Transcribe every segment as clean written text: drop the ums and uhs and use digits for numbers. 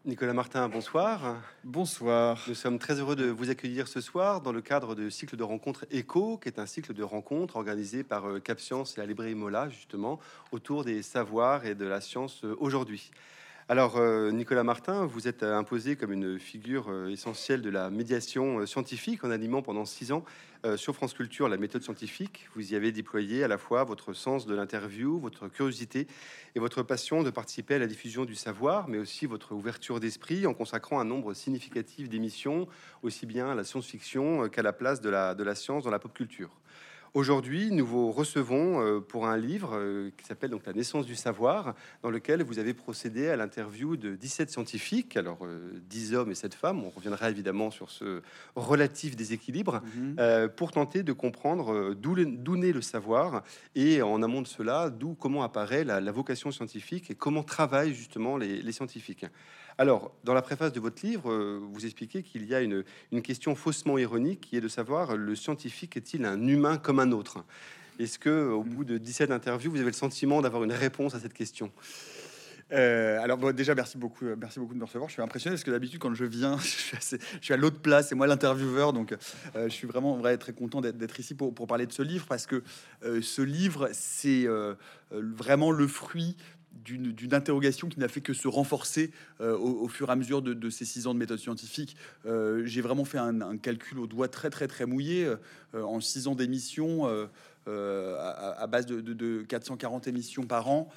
Nicolas Martin, bonsoir. Bonsoir. Nous sommes très heureux de vous accueillir ce soir dans le cadre du cycle de rencontres ECHO, qui est un cycle de rencontres organisé par Cap Science et la librairie Mola, justement, autour des savoirs et de la science aujourd'hui. Alors, Nicolas Martin, vous êtes imposé comme une figure essentielle de la médiation scientifique en animant pendant 6 ans sur France Culture la méthode scientifique. Vous y avez déployé à la fois votre sens de l'interview, votre curiosité et votre passion de participer à la diffusion du savoir, mais aussi votre ouverture d'esprit en consacrant un nombre significatif d'émissions, aussi bien à la science-fiction qu'à la place de la science dans la pop culture. Aujourd'hui, nous vous recevons pour un livre qui s'appelle donc La naissance du savoir, dans lequel vous avez procédé à l'interview de 17 scientifiques, alors 10 hommes et 7 femmes, on reviendra évidemment sur ce relatif déséquilibre, pour tenter de comprendre d'où naît le savoir, et en amont de cela, comment apparaît la vocation scientifique et comment travaillent justement les scientifiques. Alors, dans la préface de votre livre, vous expliquez qu'il y a une question faussement ironique qui est de savoir, le scientifique est-il un humain comme un autre? Est-ce que, au bout de 17 interviews, vous avez le sentiment d'avoir une réponse à cette question? Alors bon, déjà merci beaucoup de me recevoir. Je suis impressionné parce que d'habitude quand je viens, je suis à l'autre place, c'est moi l'intervieweur, donc je suis vraiment très content d'être ici pour parler de ce livre parce que ce livre c'est vraiment le fruit d'une interrogation qui n'a fait que se renforcer au fur et à mesure de ces 6 ans de méthode scientifique. J'ai vraiment fait un calcul au doigt très mouillé en 6 ans d'émission. À base de 440 émissions par an,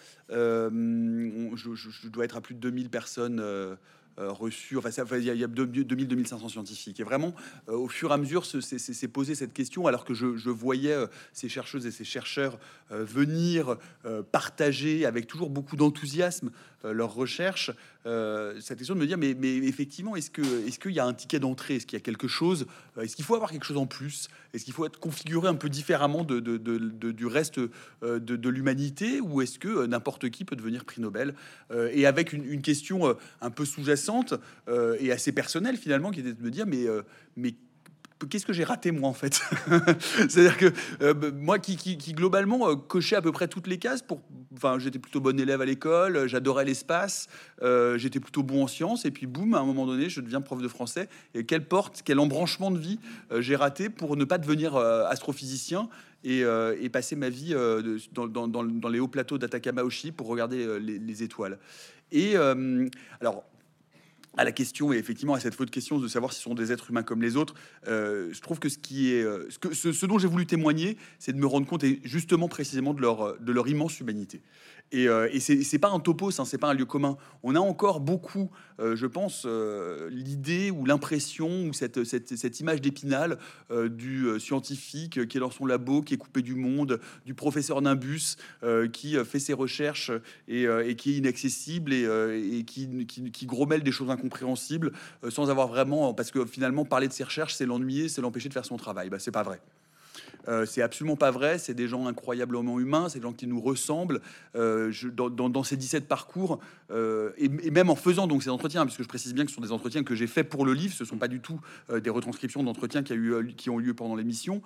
je dois être à plus de 2000 personnes reçues. Enfin, il y a 2000-2500 scientifiques. Et vraiment, au fur et à mesure, c'est posé cette question, alors que je voyais ces chercheuses et ces chercheurs venir partager avec toujours beaucoup d'enthousiasme leurs recherches. Cette question de me dire, mais effectivement, est-ce qu'il y a un ticket d'entrée? Est-ce qu'il y a quelque chose? Est-ce qu'il faut avoir quelque chose en plus? Est-ce qu'il faut être configuré un peu différemment du reste de l'humanité? Ou est-ce que n'importe qui peut devenir prix Nobel? Et avec une question un peu sous-jacente et assez personnelle finalement, qui était de me dire, mais qu'est-ce que j'ai raté moi en fait? C'est-à-dire que moi qui globalement cochais à peu près toutes les cases enfin j'étais plutôt bon élève à l'école, j'adorais l'espace, j'étais plutôt bon en sciences et puis boum, à un moment donné je deviens prof de français. Et quel embranchement de vie j'ai raté pour ne pas devenir astrophysicien et passer ma vie dans les hauts plateaux d'Atacama au Chili pour regarder les étoiles. Et alors à la question, et effectivement à cette faute question de savoir si ce sont des êtres humains comme les autres, je trouve que ce dont j'ai voulu témoigner, c'est de me rendre compte, et justement précisément de leur immense humanité. Et c'est pas un topos, hein, c'est pas un lieu commun. On a encore beaucoup, je pense, l'idée ou l'impression ou cette image d'Épinal du scientifique qui est dans son labo, qui est coupé du monde, du professeur Nimbus qui fait ses recherches et qui est inaccessible et qui grommelle des choses incompréhensibles sans avoir vraiment, parce que finalement parler de ses recherches, c'est l'ennuyer, c'est l'empêcher de faire son travail. Bah, c'est pas vrai. C'est absolument pas vrai. C'est des gens incroyablement humains, c'est des gens qui nous ressemblent. Dans ces 17 parcours, et même en faisant donc ces entretiens, puisque je précise bien que ce sont des entretiens que j'ai faits pour le livre, ce sont pas du tout des retranscriptions d'entretiens qui ont eu lieu pendant l'émission.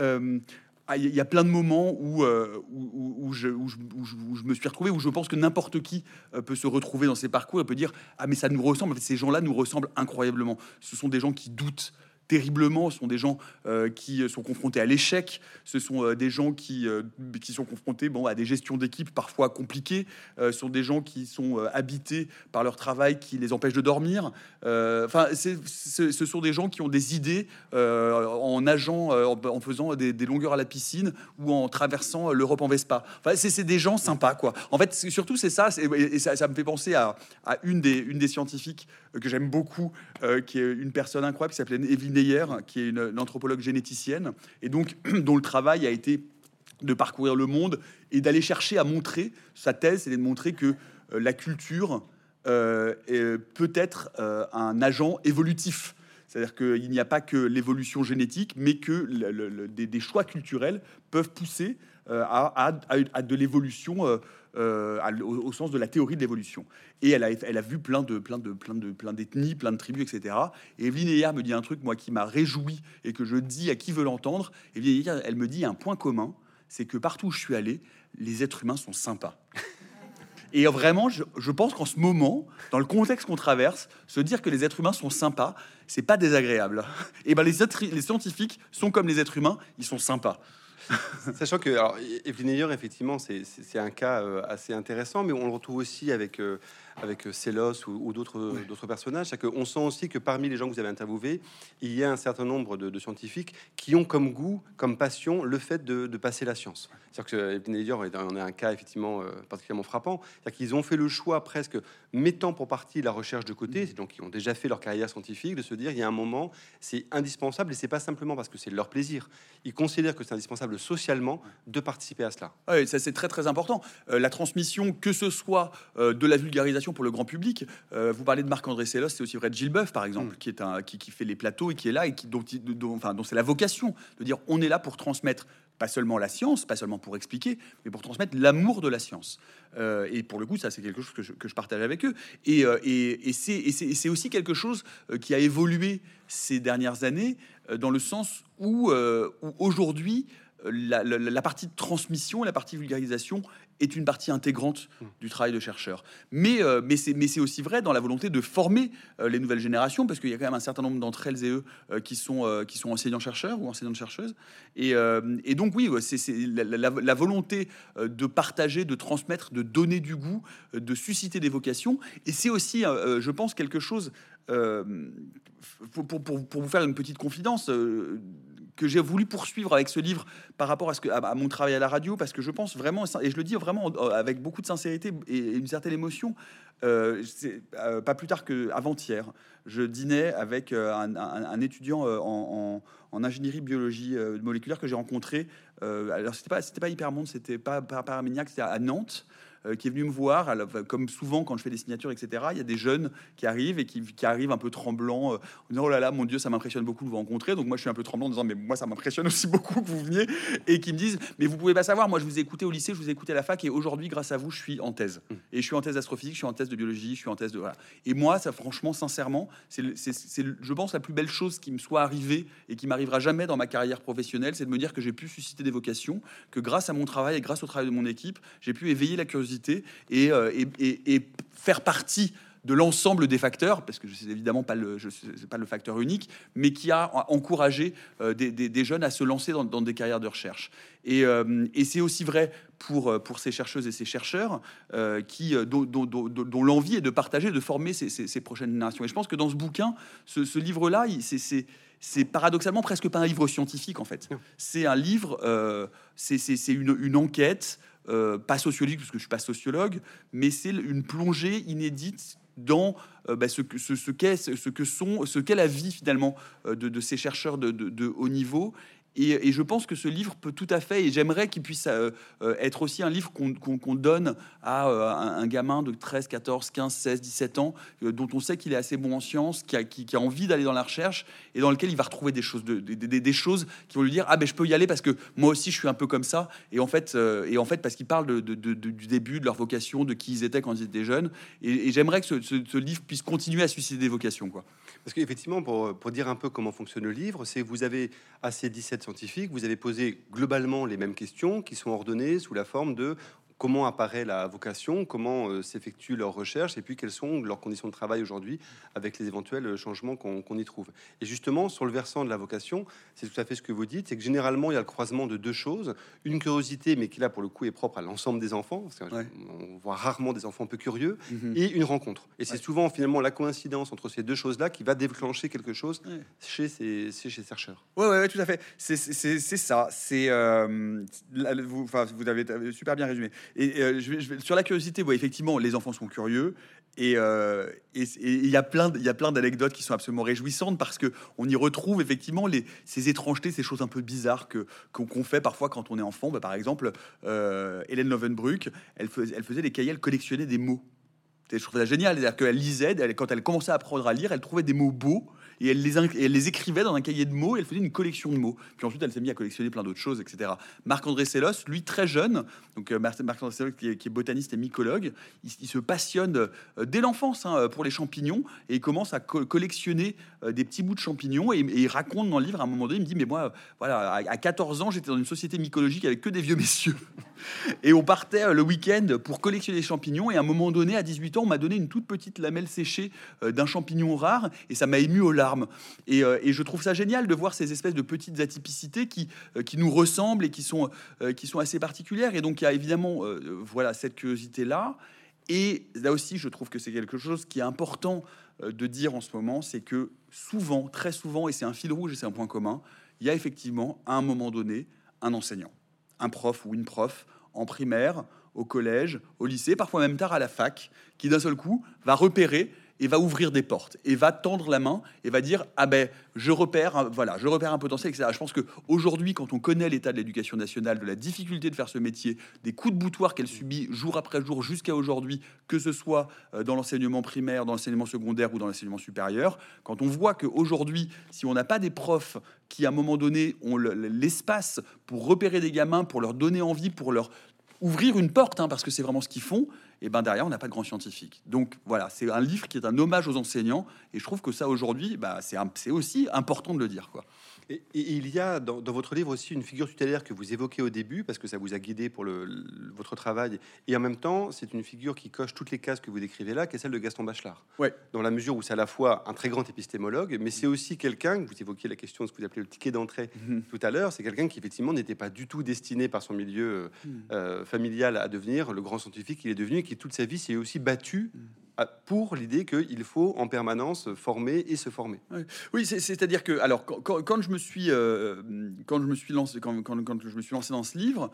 Il y a plein de moments où je me suis retrouvé, où je pense que n'importe qui peut se retrouver dans ces parcours et peut dire ah mais ça nous ressemble. En fait, ces gens-là nous ressemblent incroyablement. Ce sont des gens qui doutent terriblement. Ce sont des gens qui sont confrontés à l'échec. Ce sont des gens qui sont confrontés à des gestions d'équipe parfois compliquées. Ce sont des gens qui sont habités par leur travail qui les empêche de dormir. Ce sont des gens qui ont des idées en nageant, en faisant des longueurs à la piscine ou en traversant l'Europe en Vespa. Enfin, c'est des gens sympas, quoi. En fait, surtout, c'est ça. Et ça me fait penser à une des scientifiques que j'aime beaucoup, qui est une personne incroyable qui s'appelait Evelyne Neyer, qui est une anthropologue généticienne, et donc dont le travail a été de parcourir le monde et d'aller chercher à montrer, sa thèse, c'est de montrer que la culture peut être un agent évolutif. C'est-à-dire qu'il n'y a pas que l'évolution génétique, mais que des choix culturels peuvent pousser à de l'évolution au sens de la théorie de l'évolution. Et elle a vu plein d'ethnies, plein de tribus, etc. Et Evelyne Neyer me dit un truc, moi, qui m'a réjoui et que je dis à qui veut l'entendre. Evelyne Neyer, elle me dit un point commun, c'est que partout où je suis allé, les êtres humains sont sympas. Et vraiment, je pense qu'en ce moment, dans le contexte qu'on traverse, se dire que les êtres humains sont sympas, c'est pas désagréable. Et ben les scientifiques sont comme les êtres humains, ils sont sympas. Sachant que, alors, Evelyn Ayer, effectivement, c'est un cas assez intéressant, mais on le retrouve aussi avec Sellos ou d'autres personnages. C'est qu'on sent aussi que parmi les gens que vous avez interviewés, il y a un certain nombre de scientifiques qui ont comme goût, comme passion, le fait de passer la science. C'est-à-dire que Evelyn Ayer en est un cas effectivement particulièrement frappant. C'est-à-dire qu'ils ont fait le choix presque, mettant pour partie la recherche de côté, donc qui ont déjà fait leur carrière scientifique, de se dire il y a un moment, c'est indispensable, et c'est pas simplement parce que c'est leur plaisir. Ils considèrent que c'est indispensable socialement de participer à cela. Oui, ça c'est très très important. La transmission, que ce soit de la vulgarisation pour le grand public. Vous parlez de Marc-André Sellos, c'est aussi vrai de Gilles Boeuf, par exemple, qui fait les plateaux et qui est là et dont c'est la vocation de dire on est là pour transmettre pas seulement la science, pas seulement pour expliquer, mais pour transmettre l'amour de la science. Et pour le coup, ça c'est quelque chose que je partage avec eux. Et c'est aussi quelque chose qui a évolué ces dernières années dans le sens où aujourd'hui la partie de transmission, la partie vulgarisation est une partie intégrante du travail de chercheur. Mais c'est aussi vrai dans la volonté de former les nouvelles générations, parce qu'il y a quand même un certain nombre d'entre elles et eux qui sont enseignants-chercheurs ou enseignantes-chercheuses. Et donc oui, c'est la volonté de partager, de transmettre, de donner du goût, de susciter des vocations. Et c'est aussi, je pense, quelque chose... pour vous faire une petite confidence... que j'ai voulu poursuivre avec ce livre par rapport à mon travail à la radio, parce que je pense vraiment, et je le dis vraiment avec beaucoup de sincérité et une certaine émotion, pas plus tard qu'avant-hier, je dînais avec un étudiant en ingénierie biologie moléculaire que j'ai rencontré. Alors c'était pas Hypermonde, c'était pas Armagnac, c'était à Nantes. Qui est venu me voir, alors, comme souvent quand je fais des signatures, etc. Il y a des jeunes qui arrivent et qui arrivent un peu tremblants, en disant oh là là, mon Dieu, ça m'impressionne beaucoup de vous rencontrer. Donc moi, je suis un peu tremblant en disant mais moi, ça m'impressionne aussi beaucoup que vous veniez, et qui me disent mais vous pouvez pas savoir, moi, je vous ai écouté au lycée, je vous ai écouté à la fac, et aujourd'hui, grâce à vous, je suis en thèse. Et je suis en thèse d'astrophysique, je suis en thèse de biologie, je suis en thèse de voilà. Et moi, ça, franchement, sincèrement, c'est je pense la plus belle chose qui me soit arrivée et qui m'arrivera jamais dans ma carrière professionnelle, c'est de me dire que j'ai pu susciter des vocations, que grâce à mon travail et grâce au travail de mon équipe, j'ai pu éveiller la curiosité et faire partie de l'ensemble des facteurs, parce que je sais évidemment pas c'est pas le facteur unique, mais qui a encouragé des jeunes à se lancer dans des carrières de recherche. Et c'est aussi vrai pour ces chercheuses et ces chercheurs dont l'envie est de partager, de former ces prochaines générations. Et je pense que dans ce bouquin, ce livre-là, c'est paradoxalement presque pas un livre scientifique, en fait. C'est un livre, c'est une enquête, pas sociologique, parce que je suis pas sociologue, mais c'est une plongée inédite dans ce qu'est la vie finalement de ces chercheurs de haut niveau. Et je pense que ce livre peut tout à fait, et j'aimerais qu'il puisse être aussi un livre qu'on donne à un gamin de 13, 14, 15, 16, 17 ans, dont on sait qu'il est assez bon en sciences, qui a envie d'aller dans la recherche, et dans lequel il va retrouver des choses, des choses qui vont lui dire « Ah ben je peux y aller parce que moi aussi je suis un peu comme ça ». Et en fait parce qu'ils parlent du début, de leur vocation, de qui ils étaient quand ils étaient jeunes. Et j'aimerais que ce livre puisse continuer à susciter des vocations, quoi. Parce qu'effectivement, pour dire un peu comment fonctionne le livre, c'est que vous avez à ces 17 scientifiques, vous avez posé globalement les mêmes questions qui sont ordonnées sous la forme de comment apparaît la vocation, comment s'effectue leur recherche, et puis quelles sont leurs conditions de travail aujourd'hui avec les éventuels changements qu'on y trouve. Et justement, sur le versant de la vocation, c'est tout à fait ce que vous dites, c'est que généralement, il y a le croisement de deux choses. Une curiosité, mais qui là, pour le coup, est propre à l'ensemble des enfants, parce qu'on voit rarement des enfants un peu curieux, et une rencontre. Et c'est souvent, finalement, la coïncidence entre ces deux choses-là qui va déclencher quelque chose chez ces chercheurs. Ouais, tout à fait. C'est ça. Vous avez super bien résumé. Et sur la curiosité, effectivement, les enfants sont curieux. Et il y a plein d'anecdotes qui sont absolument réjouissantes, parce que on y retrouve effectivement ces étrangetés, ces choses un peu bizarres qu'on fait parfois quand on est enfant. Par exemple, Hélène Lovenbruck, elle faisait des cahiers, elle collectionnait des mots. Et je trouve ça génial, c'est-à-dire qu'elle lisait, quand elle commençait à apprendre à lire, elle trouvait des mots beaux et elle les écrivait dans un cahier de mots. Et elle faisait une collection de mots. Puis ensuite, elle s'est mise à collectionner plein d'autres choses, etc. Marc-André Sellos, lui très jeune, donc Marc-André Sellos qui est botaniste et mycologue, il se passionne dès l'enfance pour les champignons et il commence à collectionner des petits bouts de champignons et il raconte dans le livre à un moment donné, il me dit mais moi voilà à 14 ans j'étais dans une société mycologique avec que des vieux messieurs et on partait le week-end pour collectionner des champignons et à un moment donné à 18 ans on m'a donné une toute petite lamelle séchée d'un champignon rare et ça m'a ému aux larmes et je trouve ça génial de voir ces espèces de petites atypicités qui nous ressemblent et qui sont assez particulières et donc il y a évidemment voilà cette curiosité là et là aussi je trouve que c'est quelque chose qui est important de dire en ce moment, c'est que souvent, très souvent, et c'est un fil rouge et c'est un point commun, il y a effectivement à un moment donné un enseignant, un prof ou une prof en primaire, au collège, au lycée, parfois même tard à la fac, qui d'un seul coup va repérer et va ouvrir des portes et va tendre la main et va dire ah ben je repère un potentiel, etc. Je pense que aujourd'hui, quand on connaît l'état de l'éducation nationale, de la difficulté de faire ce métier, des coups de boutoir qu'elle subit jour après jour jusqu'à aujourd'hui, que ce soit dans l'enseignement primaire, dans l'enseignement secondaire ou dans l'enseignement supérieur, quand on voit qu'aujourd'hui, si on n'a pas des profs qui à un moment donné ont l'espace pour repérer des gamins, pour leur donner envie, pour leur ouvrir une porte, parce que c'est vraiment ce qu'ils font, et ben derrière, on n'a pas de grands scientifiques. Donc voilà, c'est un livre qui est un hommage aux enseignants, et je trouve que ça, aujourd'hui, c'est aussi important de le dire, quoi. Et il y a dans votre livre aussi une figure tutélaire que vous évoquez au début, parce que ça vous a guidé pour votre travail. Et en même temps, c'est une figure qui coche toutes les cases que vous décrivez là, qui est celle de Gaston Bachelard. Ouais. Dans la mesure où c'est à la fois un très grand épistémologue, mais c'est aussi quelqu'un, que vous évoquiez la question de ce que vous appelez le ticket d'entrée tout à l'heure, c'est quelqu'un qui effectivement n'était pas du tout destiné par son milieu familial à devenir le grand scientifique qu'il est devenu, et qui toute sa vie s'est aussi battu pour l'idée qu'il faut en permanence former et se former. Oui, c'est-à-dire que alors quand je me suis lancé dans ce livre,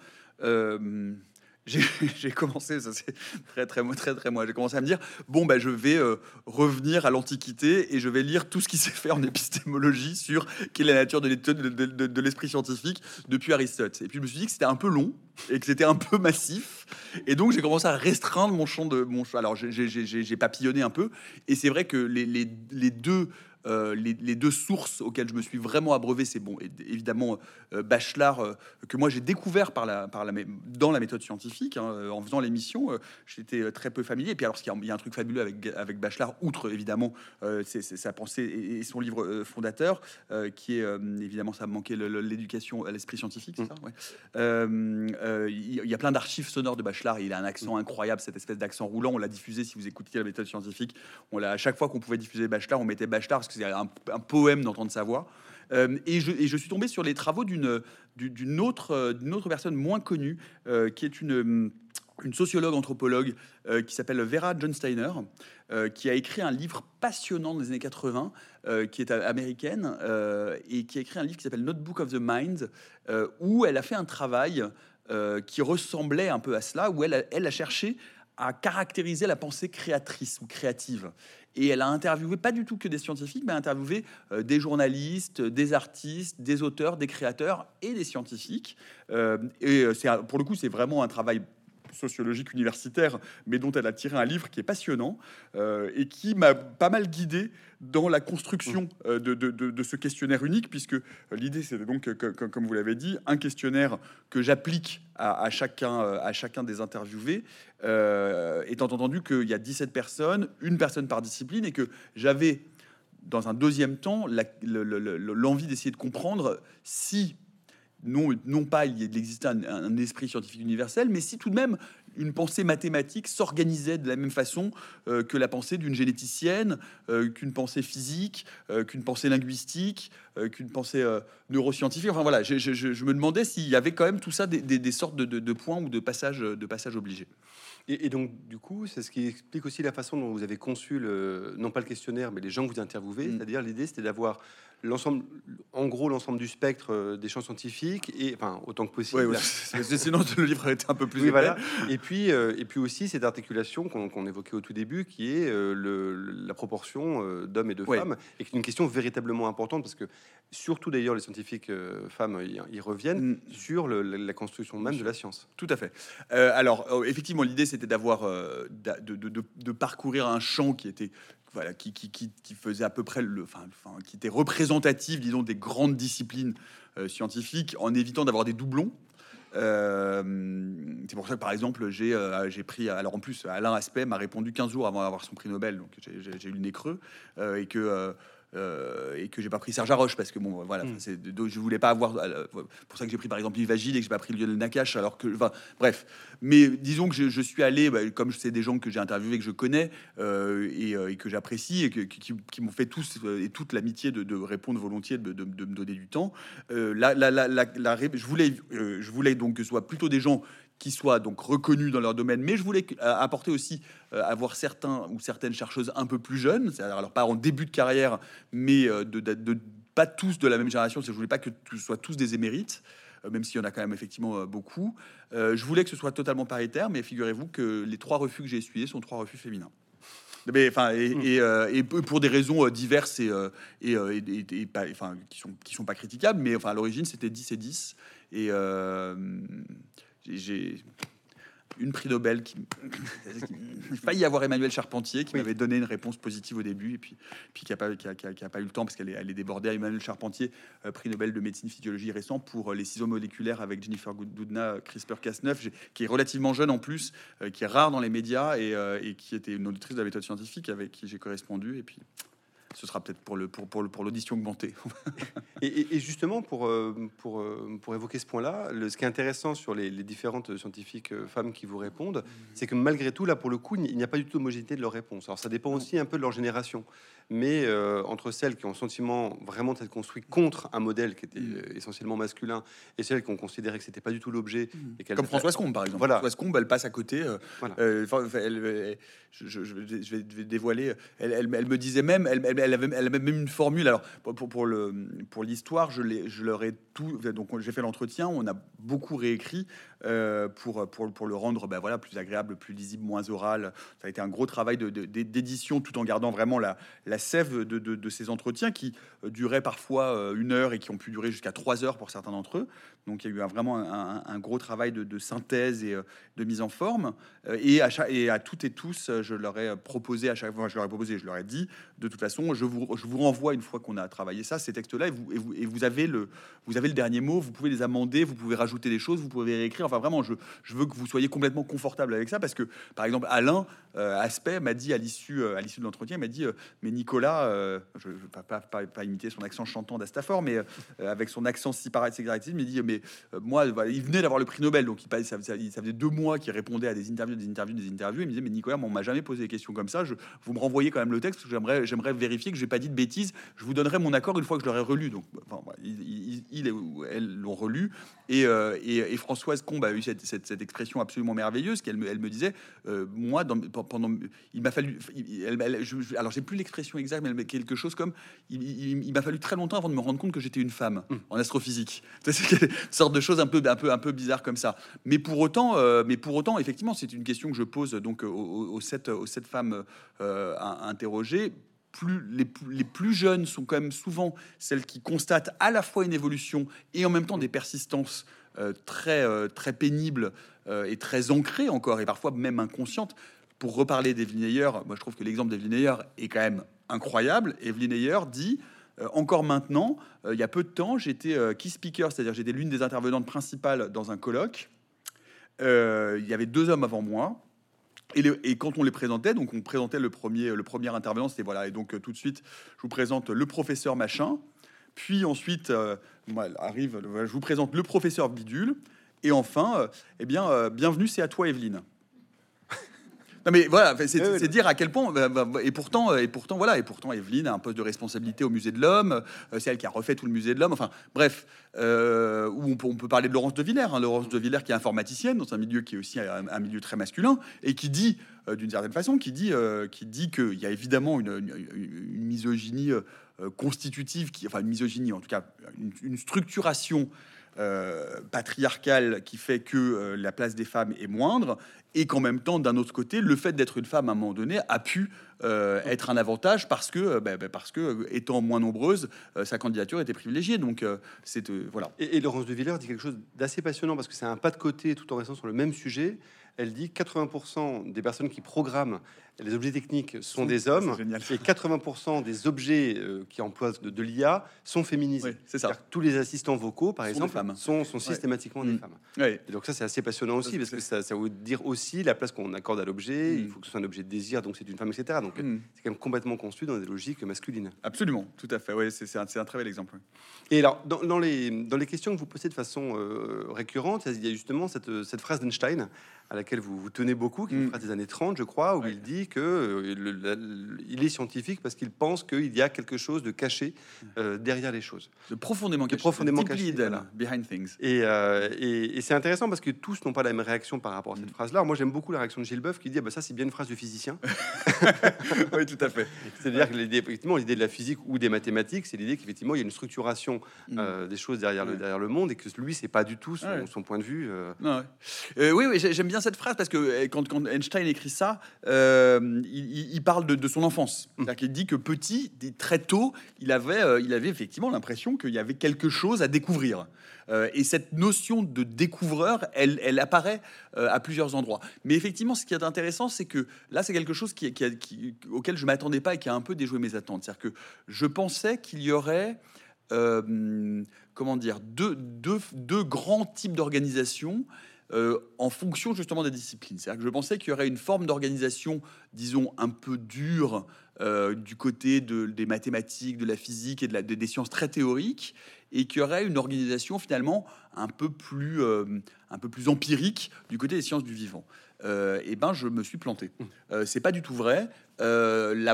j'ai commencé, ça c'est très moi, j'ai commencé à me dire bon je vais revenir à l'Antiquité et je vais lire tout ce qui s'est fait en épistémologie sur quelle est la nature de l'esprit scientifique depuis Aristote. Et puis je me suis dit que c'était un peu long et que c'était un peu massif et donc j'ai commencé à restreindre mon champ. Alors j'ai papillonné un peu et c'est vrai que les deux sources auxquelles je me suis vraiment abreuvé, c'est évidemment Bachelard, que moi j'ai découvert dans la méthode scientifique, en faisant l'émission. J'étais très peu familier. Et puis alors, il y a un truc fabuleux avec Bachelard, outre évidemment c'est sa pensée et son livre fondateur, qui est évidemment, ça me manquait, l'éducation à l'esprit scientifique, c'est ça, ouais. Il y a plein d'archives sonores de Bachelard. Et il a un accent incroyable, cette espèce d'accent roulant. On l'a diffusé, si vous écoutiez la méthode scientifique, à chaque fois qu'on pouvait diffuser Bachelard, on mettait Bachelard parce que c'est un poème d'entendre sa voix. Et je suis tombé sur les travaux d'une autre personne moins connue, qui est une sociologue anthropologue qui s'appelle Vera John Steiner, qui a écrit un livre passionnant dans les années 80, qui est américaine, et qui a écrit un livre qui s'appelle Notebook of the Mind, où elle a fait un travail qui ressemblait un peu à cela, où elle a cherché à caractériser la pensée créatrice ou créative. Et elle a interviewé pas du tout que des scientifiques, mais interviewé des journalistes, des artistes, des auteurs, des créateurs et des scientifiques. Pour le coup, c'est vraiment un travail sociologique universitaire, mais dont elle a tiré un livre qui est passionnant et qui m'a pas mal guidé dans la construction de ce questionnaire unique, puisque l'idée, c'est donc, comme vous l'avez dit, un questionnaire que j'applique à chacun des interviewés, étant entendu qu'il y a 17 personnes, une personne par discipline, et que j'avais, dans un deuxième temps, l'envie d'essayer de comprendre si non pas il existait un esprit scientifique universel, mais si tout de même une pensée mathématique s'organisait de la même façon que la pensée d'une généticienne, qu'une pensée physique, qu'une pensée linguistique, qu'une pensée neuroscientifique. Enfin voilà, je me demandais s'il y avait quand même tout ça, des sortes de points ou de passages obligés. Et donc, du coup, c'est ce qui explique aussi la façon dont vous avez conçu non pas le questionnaire, mais les gens que vous interviewez. C'est-à-dire, l'idée, c'était d'avoir l'ensemble, en gros, l'ensemble du spectre des champs scientifiques, et enfin autant que possible. Ouais. Sinon, le livre était un peu plus. Oui, voilà. Et puis aussi cette articulation qu'on évoquait au tout début, qui est la proportion d'hommes et de femmes, et qui est une question véritablement importante, parce que surtout d'ailleurs les scientifiques femmes y reviennent sur la construction même de la science. Tout à fait. Alors effectivement, l'idée c'était d'avoir de parcourir un champ qui était voilà, qui faisait à peu près qui était représentatif, disons, des grandes disciplines scientifiques, en évitant d'avoir des doublons. C'est pour ça que, par exemple, j'ai pris. Alors, en plus, Alain Aspect m'a répondu 15 jours avant d'avoir son prix Nobel, donc j'ai eu le nez creux, et que j'ai pas pris Serge Haroche parce que bon voilà, je voulais pas avoir pour ça que j'ai pris par exemple Yves Agile et que j'ai pas pris Lionel Nakache, alors que bref, mais disons que je suis allé comme c'est des gens que j'ai interviewés, que je connais et que j'apprécie et qui m'ont fait tous et toute l'amitié de répondre volontiers, de me donner du temps. Je voulais donc que ce soit plutôt des gens qui soient donc reconnus dans leur domaine, mais je voulais apporter aussi avoir certains ou certaines chercheuses un peu plus jeunes, c'est-à-dire alors pas en début de carrière, mais pas tous de la même génération. Je voulais pas que ce soit tous des émérites, même s'il y en a quand même effectivement beaucoup. Je voulais que ce soit totalement paritaire, mais figurez-vous que les 3 refus que j'ai essuyés sont 3 refus féminins. Mais enfin, et pour des raisons diverses qui sont pas critiquables, mais enfin à l'origine c'était 10 et 10 et j'ai une prix Nobel il failli y avoir Emmanuelle Charpentier qui m'avait donné une réponse positive au début et puis qui a pas eu le temps parce qu'elle est débordée. Emmanuelle Charpentier, prix Nobel de médecine physiologie récent pour les ciseaux moléculaires avec Jennifer Doudna, CRISPR-Cas9, qui est relativement jeune en plus, qui est rare dans les médias et qui était une auditrice de la méthode scientifique avec qui j'ai correspondu et puis ce sera peut-être pour l'audition augmentée. Et justement, pour évoquer ce point-là, ce qui est intéressant sur les différentes scientifiques femmes qui vous répondent, c'est que malgré tout, là, pour le coup, il n'y a pas du tout d'homogénéité de leurs réponses. Alors, ça dépend aussi un peu de leur génération. Mais entre celles qui ont le sentiment vraiment d'être construit contre un modèle qui était essentiellement masculin et celles qui ont considéré que c'était pas du tout l'objet. Comme Françoise Combe, par exemple. Voilà. Françoise Combe, elle passe à côté. Voilà. Je vais dévoiler. Elle me disait même, elle avait même une formule. Alors pour l'histoire, je leur ai tout. Donc j'ai fait l'entretien. On a beaucoup réécrit pour le rendre, voilà, plus agréable, plus lisible, moins oral. Ça a été un gros travail d'édition, tout en gardant vraiment la sève de ces entretiens qui duraient parfois 1 heure et qui ont pu durer jusqu'à 3 heures pour certains d'entre eux. Donc il y a eu vraiment un gros travail de synthèse et de mise en forme. Et à toutes et tous, je leur ai proposé à chaque fois, je leur ai dit, de toute façon, je vous renvoie une fois qu'on a travaillé ça, ces textes-là, et vous avez le dernier mot. Vous pouvez les amender, vous pouvez rajouter des choses, vous pouvez réécrire. Enfin vraiment, je veux que vous soyez complètement confortable avec ça parce que, par exemple, Alain Aspect m'a dit à l'issue de l'entretien, il m'a dit mais Nicolas, je ne vais pas imiter son accent chantant d'Astafor, mais avec son accent si pareil, il me dit mais moi, il venait d'avoir le prix Nobel, donc ça faisait 2 mois qu'il répondait à des interviews. Il me disait mais Nicolas, on m'a jamais posé des questions comme ça. Vous me renvoyez quand même le texte. J'aimerais vérifier que j'ai pas dit de bêtises. Je vous donnerai mon accord une fois que je l'aurai relu. Donc, elles l'ont relu et Françoise Combe a eu cette expression absolument merveilleuse qu'elle me disait moi il m'a fallu alors j'ai plus l'expression exacte mais quelque chose comme il m'a fallu très longtemps avant de me rendre compte que j'étais une femme en astrophysique. C'est une sorte de chose un peu bizarre comme ça, mais pour autant effectivement c'est une question que je pose donc aux 7 femmes interrogées. Les plus jeunes sont quand même souvent celles qui constatent à la fois une évolution et en même temps des persistances très pénibles et très ancrées encore, et parfois même inconscientes. Pour reparler d'Evelyn Ayer, moi je trouve que l'exemple d'Evelyn Ayer est quand même incroyable. Evelyn Ayer dit encore maintenant, il y a peu de temps, j'étais key speaker, c'est-à-dire j'étais l'une des intervenantes principales dans un colloque. Il y avait 2 hommes avant moi. Et quand on les présentait, donc on présentait le premier intervenant, c'était voilà, et donc tout de suite, je vous présente le professeur machin, puis ensuite, je vous présente le professeur bidule, et enfin, bienvenue, c'est à toi, Evelyne. Non mais voilà, c'est dire à quel point et pourtant Evelyne a un poste de responsabilité au musée de l'Homme, c'est elle qui a refait tout le musée de l'Homme, enfin bref, où on peut parler de Laurence de Villers, Laurence de Villers qui est informaticienne dans un milieu qui est aussi un milieu très masculin et qui dit d'une certaine façon qu'il y a évidemment une misogynie constitutive, une misogynie en tout cas une structuration patriarcale qui fait que la place des femmes est moindre, et qu'en même temps, d'un autre côté, le fait d'être une femme à un moment donné a pu être un avantage parce que étant moins nombreuse, sa candidature était privilégiée. Donc voilà. Et Laurence de Villers dit quelque chose d'assez passionnant parce que c'est un pas de côté tout en restant sur le même sujet. Elle dit 80% des personnes qui programment les objets techniques sont des C'est hommes, génial. et 80% des objets qui emploient de l'IA sont féminisés. Oui, c'est ça. C'est-à-dire que tous les assistants vocaux, par Sont exemple, des femmes. sont systématiquement des Mm. femmes. Ouais. Et donc ça, c'est assez passionnant aussi, parce que ça veut dire aussi la place qu'on accorde à l'objet. Il faut que ce soit un objet de désir, donc c'est une femme, etc. Donc c'est quand même complètement construit dans des logiques masculines. Absolument, tout à fait. Oui, c'est un très bel exemple. Et alors, dans les questions que vous posez de façon récurrente, il y a justement cette phrase d'Einstein à laquelle vous tenez beaucoup, qui est une phrase des années 30, je crois, où il dit que il est scientifique parce qu'il pense qu'il y a quelque chose de caché derrière les choses. De profondément caché. Profondément Deeply caché, hidden, voilà. behind things. Et c'est intéressant parce que tous n'ont pas la même réaction par rapport à cette phrase-là. Moi, j'aime beaucoup la réaction de Gilles Boeuf qui dit ah bah ça, c'est bien une phrase de physicien. Oui, tout à fait. C'est-à-dire que effectivement, l'idée de la physique ou des mathématiques, c'est l'idée qu'effectivement, il y a une structuration des choses derrière le monde, et que lui, c'est pas du tout son point de vue. Non, ouais. Oui, j'aime bien cette phrase parce que quand Einstein écrit ça, il parle de son enfance. C'est-à-dire qu'il dit que petit, très tôt, il avait effectivement l'impression qu'il y avait quelque chose à découvrir. Et cette notion de découvreur, elle apparaît à plusieurs endroits. Mais effectivement, ce qui est intéressant, c'est que là, c'est quelque chose auquel je m'attendais pas et qui a un peu déjoué mes attentes. C'est-à-dire que je pensais qu'il y aurait comment dire, deux grands types d'organisation en fonction justement des disciplines. C'est-à-dire que je pensais qu'il y aurait une forme d'organisation, disons, un peu dure du côté des mathématiques, de la physique et des sciences très théoriques, et qu'il y aurait une organisation finalement un peu plus empirique du côté des sciences du vivant. Et ben, je me suis planté. C'est pas du tout vrai. Les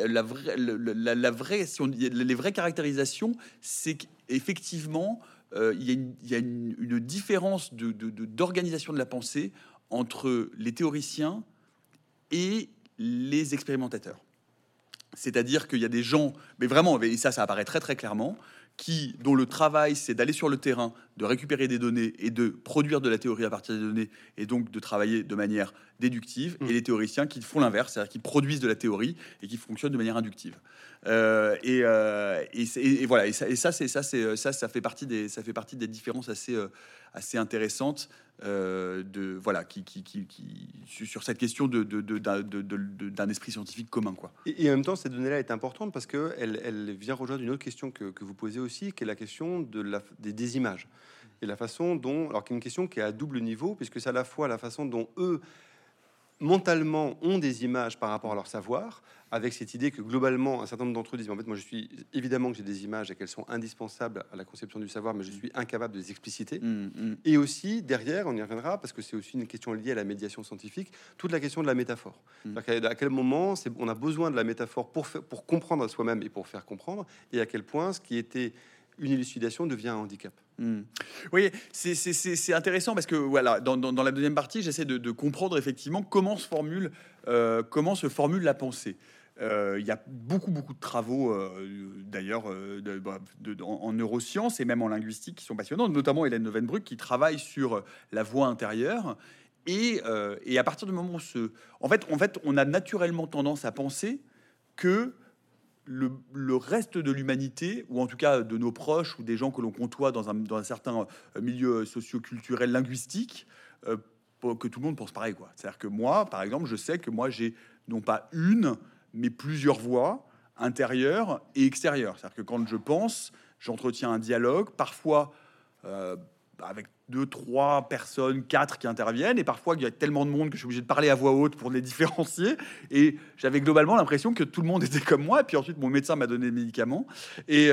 vraies caractérisations, c'est qu'effectivement, il y a une différence d'organisation de la pensée entre les théoriciens et les expérimentateurs. C'est-à-dire qu'il y a des gens, mais vraiment, et ça apparaît très très clairement, dont le travail c'est d'aller sur le terrain, de récupérer des données et de produire de la théorie à partir des données, et donc de travailler de manière déductive, et les théoriciens qui font l'inverse, c'est-à-dire qui produisent de la théorie et qui fonctionnent de manière inductive. Et voilà, et ça fait partie des différences assez intéressantes sur cette question d'un esprit scientifique commun, quoi. Et en même temps, cette donnée-là est importante parce que elle vient rejoindre une autre question que vous posez aussi, qui est la question des images et la façon dont, alors qui est une question qui est à double niveau, puisque c'est à la fois la façon dont eux mentalement ont des images par rapport à leur savoir, avec cette idée que globalement un certain nombre d'entre eux disent en fait moi je suis évidemment que j'ai des images et qu'elles sont indispensables à la conception du savoir, mais je suis incapable de les expliciter. Et aussi derrière, on y reviendra parce que c'est aussi une question liée à la médiation scientifique, toute la question de la métaphore. À quel moment on a besoin de la métaphore pour comprendre à soi-même et pour faire comprendre, et à quel point ce qui était une élucidation devient un handicap. Oui, c'est intéressant parce que voilà, dans la deuxième partie, j'essaie de comprendre effectivement comment se formule la pensée. Il y a beaucoup de travaux d'ailleurs en neurosciences et même en linguistique qui sont passionnants, notamment Hélène Neuvenbruck qui travaille sur la voix intérieure. Et à partir du moment où en fait, on a naturellement tendance à penser que le reste de l'humanité, ou en tout cas de nos proches ou des gens que l'on côtoie dans un certain milieu socio-culturel linguistique, que tout le monde pense pareil, quoi. C'est-à-dire que moi, par exemple, je sais que moi j'ai non pas une, mais plusieurs voix intérieures et extérieures. C'est-à-dire que quand je pense, j'entretiens un dialogue, parfois avec 2, 3 personnes, 4 qui interviennent, et parfois il y a tellement de monde que je suis obligé de parler à voix haute pour les différencier. Et j'avais globalement l'impression que tout le monde était comme moi. Et puis ensuite, mon médecin m'a donné des médicaments et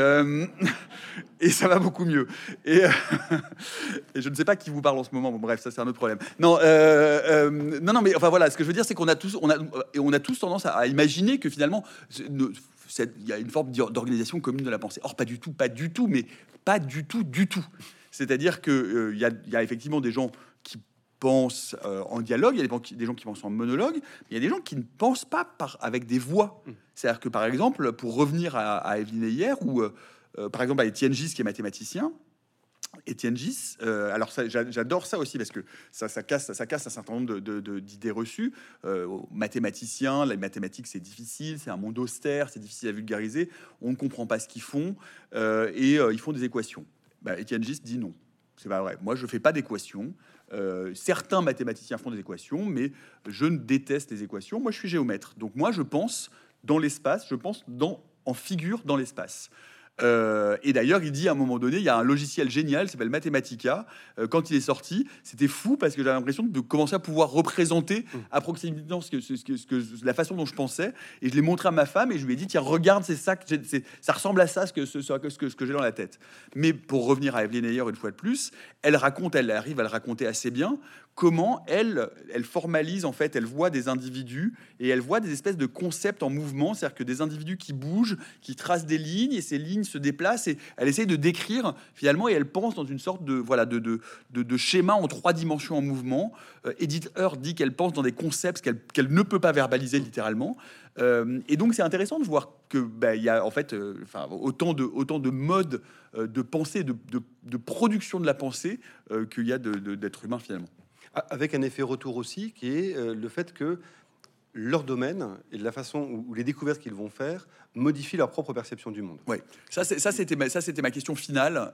ça va beaucoup mieux. Et je ne sais pas qui vous parle en ce moment. Bon, bref, ça c'est un autre problème. Non, mais enfin voilà, ce que je veux dire, c'est qu'on a tous tendance à imaginer que finalement il y a une forme d'organisation commune de la pensée. Or, pas du tout, mais pas du tout. C'est-à-dire que il y a effectivement des gens qui pensent en dialogue, il y a des gens qui pensent en monologue, mais il y a des gens qui ne pensent pas avec des voix. C'est-à-dire que, par exemple, pour revenir à Evelyne hier, ou par exemple à Étienne Gis, qui est mathématicien, Étienne Gis, alors j'adore ça aussi parce que ça casse un certain nombre d'idées reçues. Mathématiciens, les mathématiques c'est difficile, c'est un monde austère, c'est difficile à vulgariser, on ne comprend pas ce qu'ils font et ils font des équations. Étienne Gis dit non. C'est pas vrai. Moi, je fais pas d'équations. Certains mathématiciens font des équations, mais je ne déteste les équations. Moi, je suis géomètre. Donc moi, je pense dans l'espace, je pense en figure dans l'espace. Et d'ailleurs, il dit à un moment donné, il y a un logiciel génial, qui s'appelle Mathematica. Quand il est sorti, c'était fou parce que j'avais l'impression de commencer à pouvoir représenter approximativement la façon dont je pensais. Et je l'ai montré à ma femme et je lui ai dit, tiens, regarde, c'est ça, ça ressemble à ça, ce que j'ai dans la tête. Mais pour revenir à Evelyn Ayer une fois de plus, elle arrive à le raconter assez bien. Comment elle formalise, en fait, elle voit des individus et elle voit des espèces de concepts en mouvement, c'est-à-dire que des individus qui bougent, qui tracent des lignes et ces lignes se déplacent et elle essaye de décrire finalement et elle pense dans une sorte de schéma en 3 dimensions en mouvement. Edith Heard dit qu'elle pense dans des concepts qu'elle ne peut pas verbaliser littéralement. Et donc c'est intéressant de voir que il y a en fait autant de modes de pensée, de production de la pensée qu'il y a d'êtres humains finalement. Avec un effet retour aussi, qui est le fait que leur domaine et de la façon où les découvertes qu'ils vont faire modifient leur propre perception du monde. Ouais, c'était ma question finale.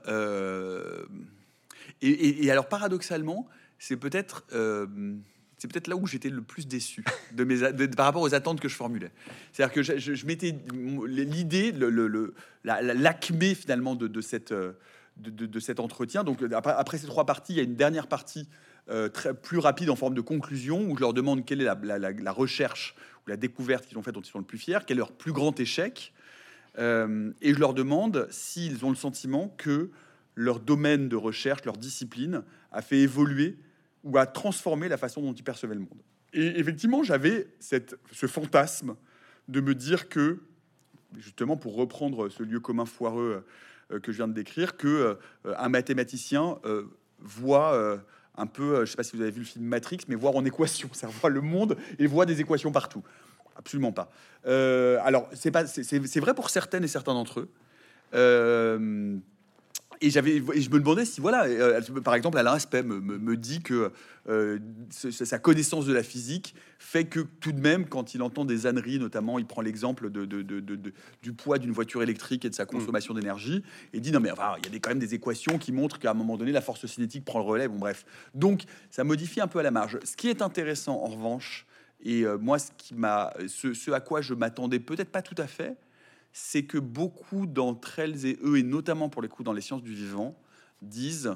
Et alors paradoxalement, c'est peut-être là où j'étais le plus déçu par rapport aux attentes que je formulais. C'est-à-dire que je m'étais l'idée, l'acmé finalement de cet entretien. Donc après ces 3 parties, il y a une dernière partie plus rapide en forme de conclusion où je leur demande quelle est la recherche ou la découverte qu'ils ont faite dont ils sont le plus fiers, quel est leur plus grand échec, et je leur demande s'ils ont le sentiment que leur domaine de recherche, leur discipline a fait évoluer ou a transformé la façon dont ils percevaient le monde. Et effectivement, j'avais ce fantasme de me dire que, justement pour reprendre ce lieu commun foireux que je viens de décrire, que un mathématicien voit un peu, je ne sais pas si vous avez vu le film Matrix, mais voir en équation, ça voit le monde et voit des équations partout. Absolument pas. Alors, c'est vrai pour certaines et certains d'entre eux. Et je me demandais si, voilà, par exemple, Alain Aspect me dit que sa connaissance de la physique fait que tout de même, quand il entend des âneries, notamment, il prend l'exemple du poids d'une voiture électrique et de sa consommation d'énergie, et dit non mais enfin, il y a quand même des équations qui montrent qu'à un moment donné, la force cinétique prend le relais. Bon bref, donc ça modifie un peu à la marge. Ce qui est intéressant en revanche, et moi ce à quoi je m'attendais peut-être pas tout à fait, c'est que beaucoup d'entre elles et eux, et notamment pour les coups dans les sciences du vivant, disent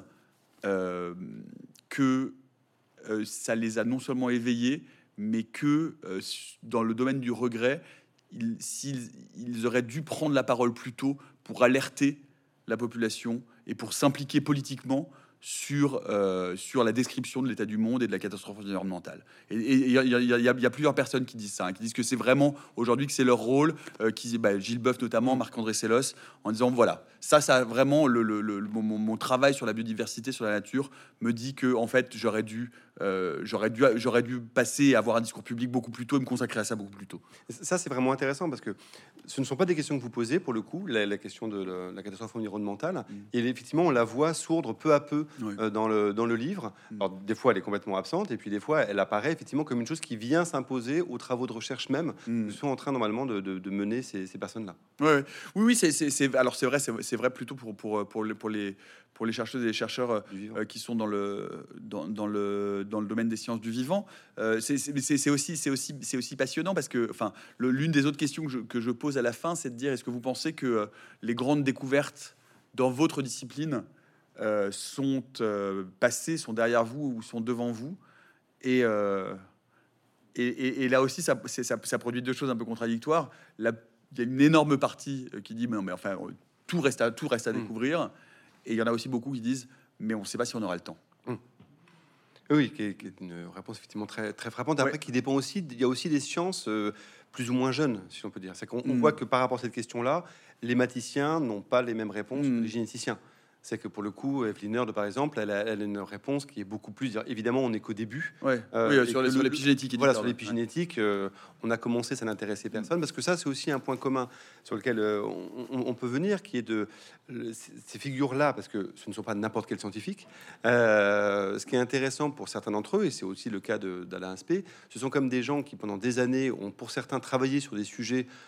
que ça les a non seulement éveillés, mais que dans le domaine du regret, ils auraient dû prendre la parole plus tôt pour alerter la population et pour s'impliquer politiquement sur la description de l'état du monde et de la catastrophe environnementale. Et il y a plusieurs personnes qui disent ça, hein, qui disent que c'est vraiment aujourd'hui que c'est leur rôle, Gilles Boeuf notamment, Marc-André Sellos, en disant voilà, ça vraiment mon travail sur la biodiversité, sur la nature, me dit que en fait j'aurais dû passer et avoir un discours public beaucoup plus tôt et me consacrer à ça beaucoup plus tôt. Ça c'est vraiment intéressant parce que ce ne sont pas des questions que vous posez pour le coup, la question de la catastrophe environnementale, et effectivement on la voit sourdre peu à peu. Oui. Dans le livre. Alors, des fois, elle est complètement absente, et puis des fois, elle apparaît effectivement comme une chose qui vient s'imposer aux travaux de recherche même que sont en train normalement de mener ces personnes-là. Oui, c'est vrai plutôt pour les chercheuses et les chercheurs qui sont dans le domaine des sciences du vivant. C'est aussi passionnant parce que, enfin, l'une des autres questions que je pose à la fin, c'est de dire est-ce que vous pensez que les grandes découvertes dans votre discipline sont passés, sont derrière vous ou sont devant vous, et là aussi ça produit 2 choses un peu contradictoires. Il y a une énorme partie qui dit mais enfin tout reste à découvrir, et il y en a aussi beaucoup qui disent mais on ne sait pas si on aura le temps. Oui, qui est une réponse effectivement très, très frappante. Après, qui dépend aussi, il y a aussi des sciences plus ou moins jeunes, si on peut dire. C'est qu'on voit que par rapport à cette question-là, les mathématiciens n'ont pas les mêmes réponses que les généticiens. C'est que pour le coup, Evelyn Heard, par exemple, elle a une réponse qui est beaucoup plus... Évidemment, on n'est qu'au début. Sur l'épigénétique. Voilà, sur l'épigénétique, on a commencé, ça n'intéressait personne, parce que ça, c'est aussi un point commun sur lequel on peut venir, qui est ces figures-là, parce que ce ne sont pas n'importe quel scientifique. Ce qui est intéressant pour certains d'entre eux, et c'est aussi le cas d'Alain Aspect, ce sont comme des gens qui, pendant des années, ont pour certains travaillé sur des sujets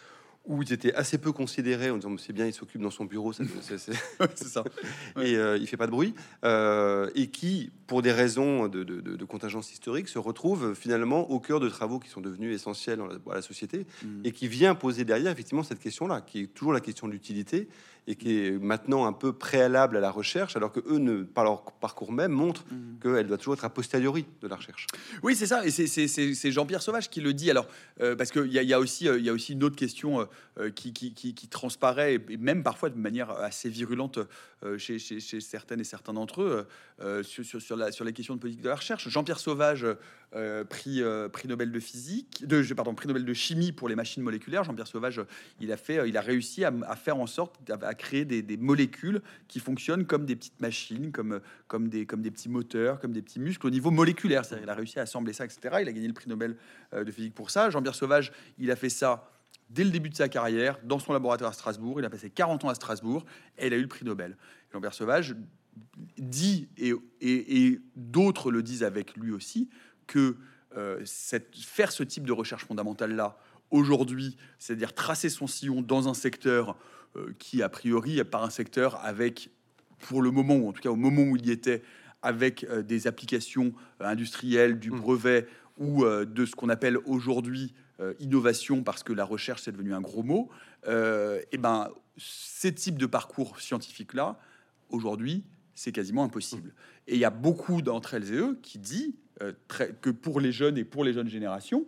où ils étaient assez peu considérés en disant c'est bien, il s'occupe dans son bureau, C'est ça. et il fait pas de bruit, et qui, pour des raisons de contingence historique, se retrouve finalement au cœur de travaux qui sont devenus essentiels à la société, et qui vient poser derrière effectivement cette question-là, qui est toujours la question de l'utilité, et qui est maintenant un peu préalable à la recherche, alors que eux, par leur parcours même, montrent qu'elle doit toujours être a posteriori de la recherche. Oui, c'est ça, et c'est Jean-Pierre Sauvage qui le dit. Alors, parce qu'il y a aussi une autre question qui transparaît, et même parfois de manière assez virulente chez certaines et certains d'entre eux, sur la question de politique de la recherche. Jean-Pierre Sauvage, prix Nobel de physique, prix Nobel de chimie pour les machines moléculaires. Jean-Pierre Sauvage, il a réussi à faire en sorte à créer des molécules qui fonctionnent comme des petites machines, comme des petits moteurs, comme des petits muscles au niveau moléculaire. C'est-à-dire, il a réussi à assembler ça, etc. Il a gagné le prix Nobel de physique pour ça. Jean-Pierre Sauvage, il a fait ça dès le début de sa carrière, dans son laboratoire à Strasbourg. Il a passé 40 ans à Strasbourg et il a eu le prix Nobel. Jean-Pierre Sauvage dit, et d'autres le disent avec lui aussi, que faire ce type de recherche fondamentale-là, aujourd'hui, c'est-à-dire tracer son sillon dans un secteur qui, a priori, n'est pas un secteur avec, pour le moment, ou en tout cas au moment où il y était, avec des applications industrielles, du brevet, ou de ce qu'on appelle aujourd'hui innovation, parce que la recherche, c'est devenu un gros mot, et ben, ces types de parcours scientifiques-là, aujourd'hui, c'est quasiment impossible. Et il y a beaucoup d'entre elles et eux qui disent que pour les jeunes et pour les jeunes générations,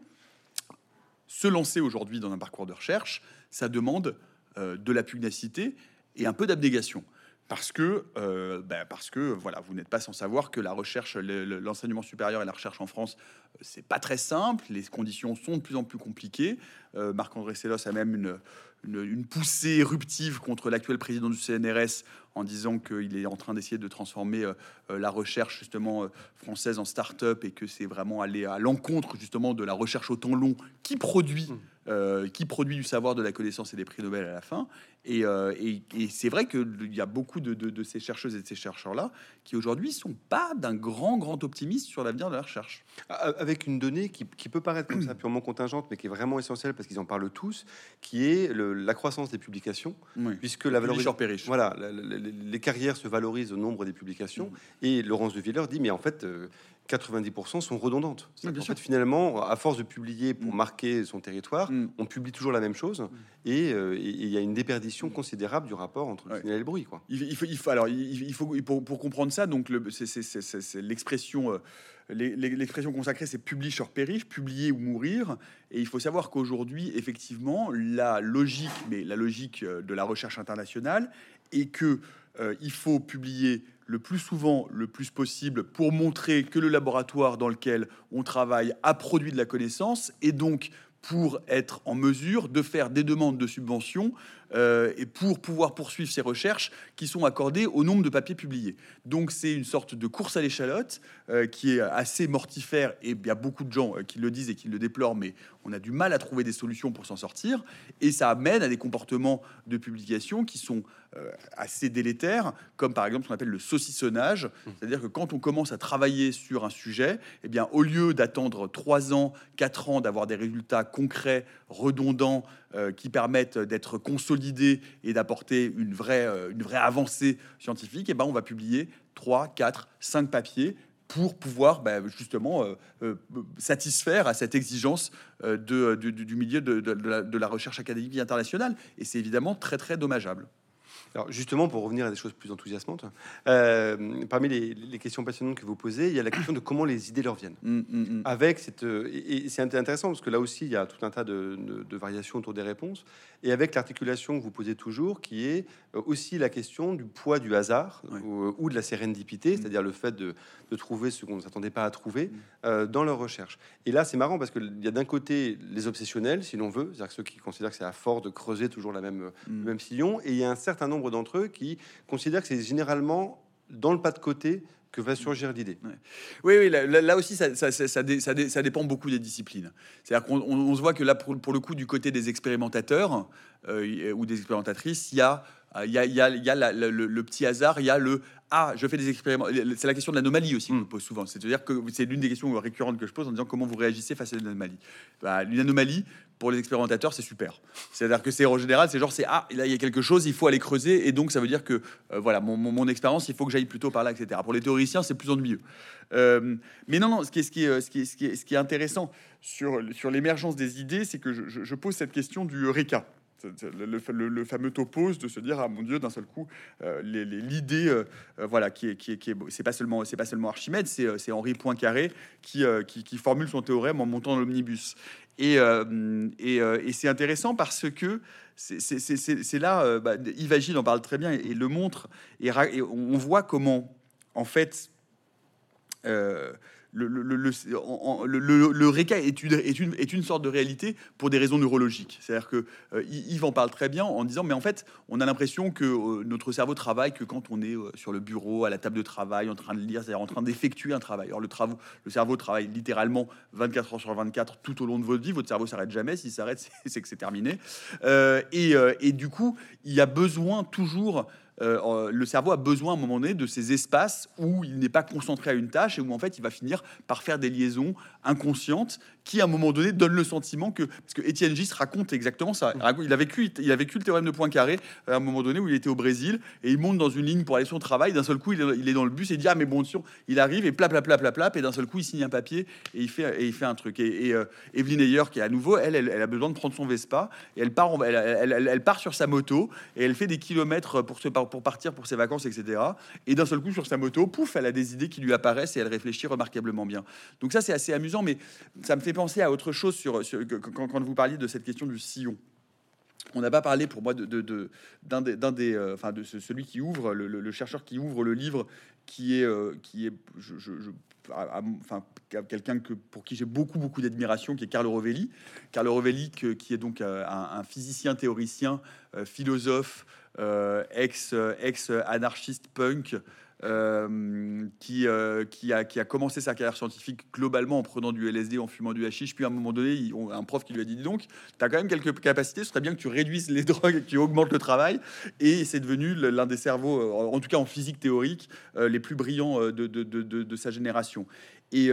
se lancer aujourd'hui dans un parcours de recherche, ça demande de la pugnacité et un peu d'abnégation. Parce que voilà, vous n'êtes pas sans savoir que la recherche, l'enseignement supérieur et la recherche en France, c'est pas très simple. Les conditions sont de plus en plus compliquées. Marc-André Sellos a même une poussée éruptive contre l'actuel président du CNRS en disant qu'il est en train d'essayer de transformer la recherche justement française en start-up, et que c'est vraiment aller à l'encontre justement de la recherche au temps long qui produit du savoir, de la connaissance et des prix Nobel à la fin. Et c'est vrai qu'il y a beaucoup de ces chercheuses et de ces chercheurs-là qui aujourd'hui sont pas d'un grand optimisme sur l'avenir de la recherche. Avec une donnée qui peut paraître comme ça purement contingente, mais qui est vraiment essentielle parce qu'ils en parlent tous, qui est la croissance des publications, puisque la valorisation, voilà, les carrières se valorisent au nombre des publications. Et Laurence de Villers dit, mais en fait, 90% sont redondantes. En fait, finalement, à force de publier pour marquer son territoire, on publie toujours la même chose, et il y a une déperdition considérable du rapport entre le signal et le bruit, quoi. Il faut pour comprendre ça, donc c'est l'expression. L'expression consacrée, c'est publish or perish, publier ou mourir. Et il faut savoir qu'aujourd'hui, effectivement, la logique de la recherche internationale est que il faut publier le plus souvent, le plus possible, pour montrer que le laboratoire dans lequel on travaille a produit de la connaissance, et donc pour être en mesure de faire des demandes de subventions et pour pouvoir poursuivre ces recherches qui sont accordées au nombre de papiers publiés. Donc c'est une sorte de course à l'échalote qui est assez mortifère, et il y a beaucoup de gens qui le disent et qui le déplorent, mais on a du mal à trouver des solutions pour s'en sortir, et ça amène à des comportements de publication qui sont assez délétères, comme par exemple ce qu'on appelle le saucissonnage, c'est-à-dire que quand on commence à travailler sur un sujet, eh bien, au lieu d'attendre 3 ans, 4 ans, d'avoir des résultats concrets, redondants, qui permettent d'être consolidés et d'apporter une vraie avancée scientifique, eh ben, on va publier 3, 4, 5 papiers pour pouvoir justement satisfaire à cette exigence du milieu de la recherche académique internationale. Et c'est évidemment très, très dommageable. Alors justement, pour revenir à des choses plus enthousiasmantes, parmi les questions passionnantes que vous posez, il y a la question de comment les idées leur viennent. Avec et c'est intéressant parce que là aussi, il y a tout un tas de variations autour des réponses, et avec l'articulation que vous posez toujours, qui est aussi la question du poids du hasard, ou de la sérendipité, c'est-à-dire le fait de trouver ce qu'on ne s'attendait pas à trouver dans leur recherche. Et là, c'est marrant parce qu'il y a d'un côté les obsessionnels, si l'on veut, c'est-à-dire ceux qui considèrent que c'est à force de creuser toujours le même sillon, et il y a un certain nombre d'entre eux qui considèrent que c'est généralement dans le pas de côté que va surgir l'idée. Oui, là aussi, ça dépend beaucoup des disciplines. C'est-à-dire qu'on se voit que là, pour le coup, du côté des expérimentateurs ou des expérimentatrices, il y a le petit hasard, il y a le je fais des expériments. C'est la question de l'anomalie aussi que je pose souvent. C'est-à-dire que c'est l'une des questions récurrentes que je pose en disant comment vous réagissez face à une anomalie. Une anomalie, pour les expérimentateurs, c'est super. C'est-à-dire que c'est en général, c'est là il y a quelque chose, il faut aller creuser, et donc ça veut dire que voilà, mon expérience, il faut que j'aille plutôt par là, etc. Pour les théoriciens, c'est plus ennuyeux. Mais non, ce qui est intéressant sur l'émergence des idées, c'est que je pose cette question du RECA. Le fameux topos de se dire mon Dieu, d'un seul coup l'idée voilà c'est pas seulement Archimède, c'est Henri Poincaré qui formule son théorème en montant dans l'omnibus, et c'est intéressant parce que c'est là Yves Agile en parle très bien et le montre, et on voit comment en fait le RECA est une sorte de réalité pour des raisons neurologiques. C'est-à-dire que Yves en parle très bien en disant, mais en fait, on a l'impression que notre cerveau travaille que quand on est sur le bureau, à la table de travail, en train de lire, c'est-à-dire en train d'effectuer un travail. Alors le cerveau travaille littéralement 24 heures sur 24 tout au long de votre vie. Votre cerveau s'arrête jamais. S'il s'arrête, c'est que c'est terminé. Et du coup, il y a besoin toujours... le cerveau a besoin à un moment donné de ces espaces où il n'est pas concentré à une tâche et où en fait il va finir par faire des liaisons inconscientes qui à un moment donné donnent le sentiment que, parce que Étienne Gis raconte exactement ça, il a vécu le théorème de Poincaré à un moment donné où il était au Brésil et il monte dans une ligne pour aller sur son travail, d'un seul coup il est dans le bus et il dit mais bon, il arrive et plap et d'un seul coup il signe un papier et il fait un truc, et Evelyne Ayer, qui est à nouveau elle a besoin de prendre son Vespa et elle part sur sa moto et elle fait des kilomètres pour partir pour ses vacances, etc. Et d'un seul coup, sur sa moto, pouf, elle a des idées qui lui apparaissent et elle réfléchit remarquablement bien. Donc ça, c'est assez amusant, mais ça me fait penser à autre chose quand vous parliez de cette question du sillon. On n'a pas parlé pour moi de celui qui ouvre, le chercheur qui ouvre le livre, qui est quelqu'un pour qui j'ai beaucoup d'admiration, qui est Carlo Rovelli. Carlo Rovelli, qui est donc un physicien théoricien, philosophe, ex-anarchiste punk, qui a commencé sa carrière scientifique globalement en prenant du LSD, en fumant du hashish. Puis à un moment donné, un prof qui lui a dit, dis donc, tu as quand même quelques capacités, ce serait bien que tu réduises les drogues et que tu augmentes le travail. Et c'est devenu l'un des cerveaux, en tout cas en physique théorique, les plus brillants de sa génération. Et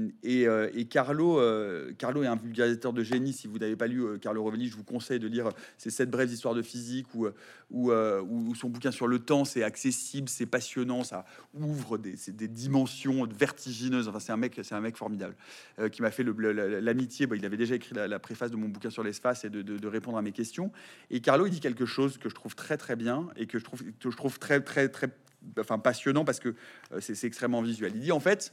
Carlo est un vulgarisateur de génie. Si vous n'avez pas lu Carlo Rovelli, je vous conseille de lire ses 7 brèves histoires de physique ou son bouquin sur le temps. C'est accessible, c'est passionnant, ça ouvre des dimensions vertigineuses. Enfin, c'est un mec formidable qui m'a fait l'amitié. Il avait déjà écrit la préface de mon bouquin sur l'espace et de répondre à mes questions. Et Carlo, il dit quelque chose que je trouve très bien et que je trouve très passionnant parce que c'est extrêmement visuel. Il dit en fait,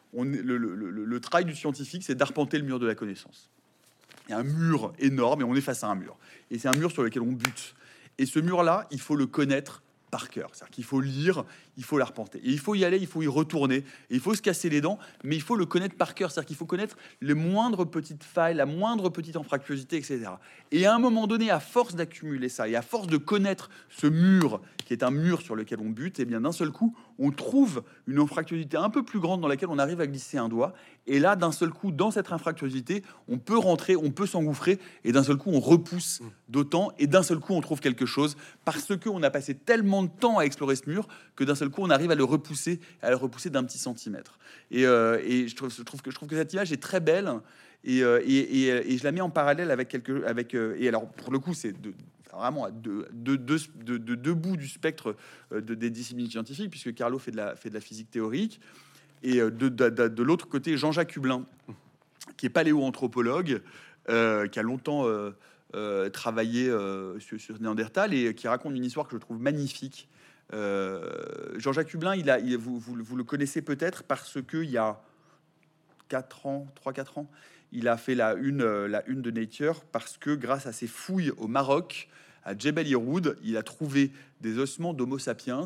le travail du scientifique, c'est d'arpenter le mur de la connaissance. Il y a un mur énorme et on est face à un mur. Et c'est un mur sur lequel on bute. Et ce mur-là, il faut le connaître par cœur. C'est-à-dire qu'il faut lire, il faut l'arpenter. Et il faut y aller, il faut y retourner. Et il faut se casser les dents, mais il faut le connaître par cœur. C'est-à-dire qu'il faut connaître les moindres petites failles, la moindre petite anfractuosité, etc. Et à un moment donné, à force d'accumuler ça, et à force de connaître ce mur, qui est un mur sur lequel on bute, et bien d'un seul coup, on trouve une anfractuosité un peu plus grande dans laquelle on arrive à glisser un doigt. Et là, d'un seul coup, dans cette anfractuosité, on peut rentrer, on peut s'engouffrer, et d'un seul coup, on repousse d'autant, et d'un seul coup, on trouve quelque chose, parce qu'on a passé tellement de temps à explorer ce mur, que d'un seul coup, on arrive à le repousser d'un petit centimètre. Et je trouve que cette image est très belle, et je la mets en parallèle avec et alors, pour le coup, c'est vraiment à deux bouts du spectre des disciplines scientifiques, puisque Carlo fait de la physique théorique, et de l'autre côté, Jean-Jacques Hublin, qui est paléoanthropologue, qui a longtemps travaillé sur Néandertal et qui raconte une histoire que je trouve magnifique. Jean-Jacques Hublin, vous le connaissez peut-être parce qu'il y a 3-4 ans, il a fait la une de Nature parce que grâce à ses fouilles au Maroc, à Djebel Irhoud, il a trouvé des ossements d'Homo sapiens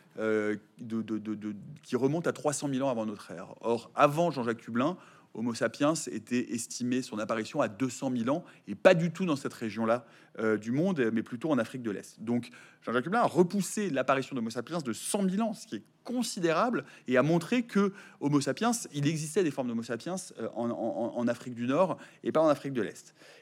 qui remontent à 300 000 ans avant notre ère. Or, avant Jean-Jacques Hublin, Homo sapiens était estimé son apparition à 200 000 ans, et pas du tout dans cette région-là du monde, mais plutôt en Afrique de l'Est. Donc Jean-Jacques Hublin a repoussé l'apparition d'Homo sapiens de 100 000 ans, ce qui est considérable, et a montré que Homo sapiens, il existait des formes d'Homo sapiens en Afrique du Nord et pas en Afrique de l'Est.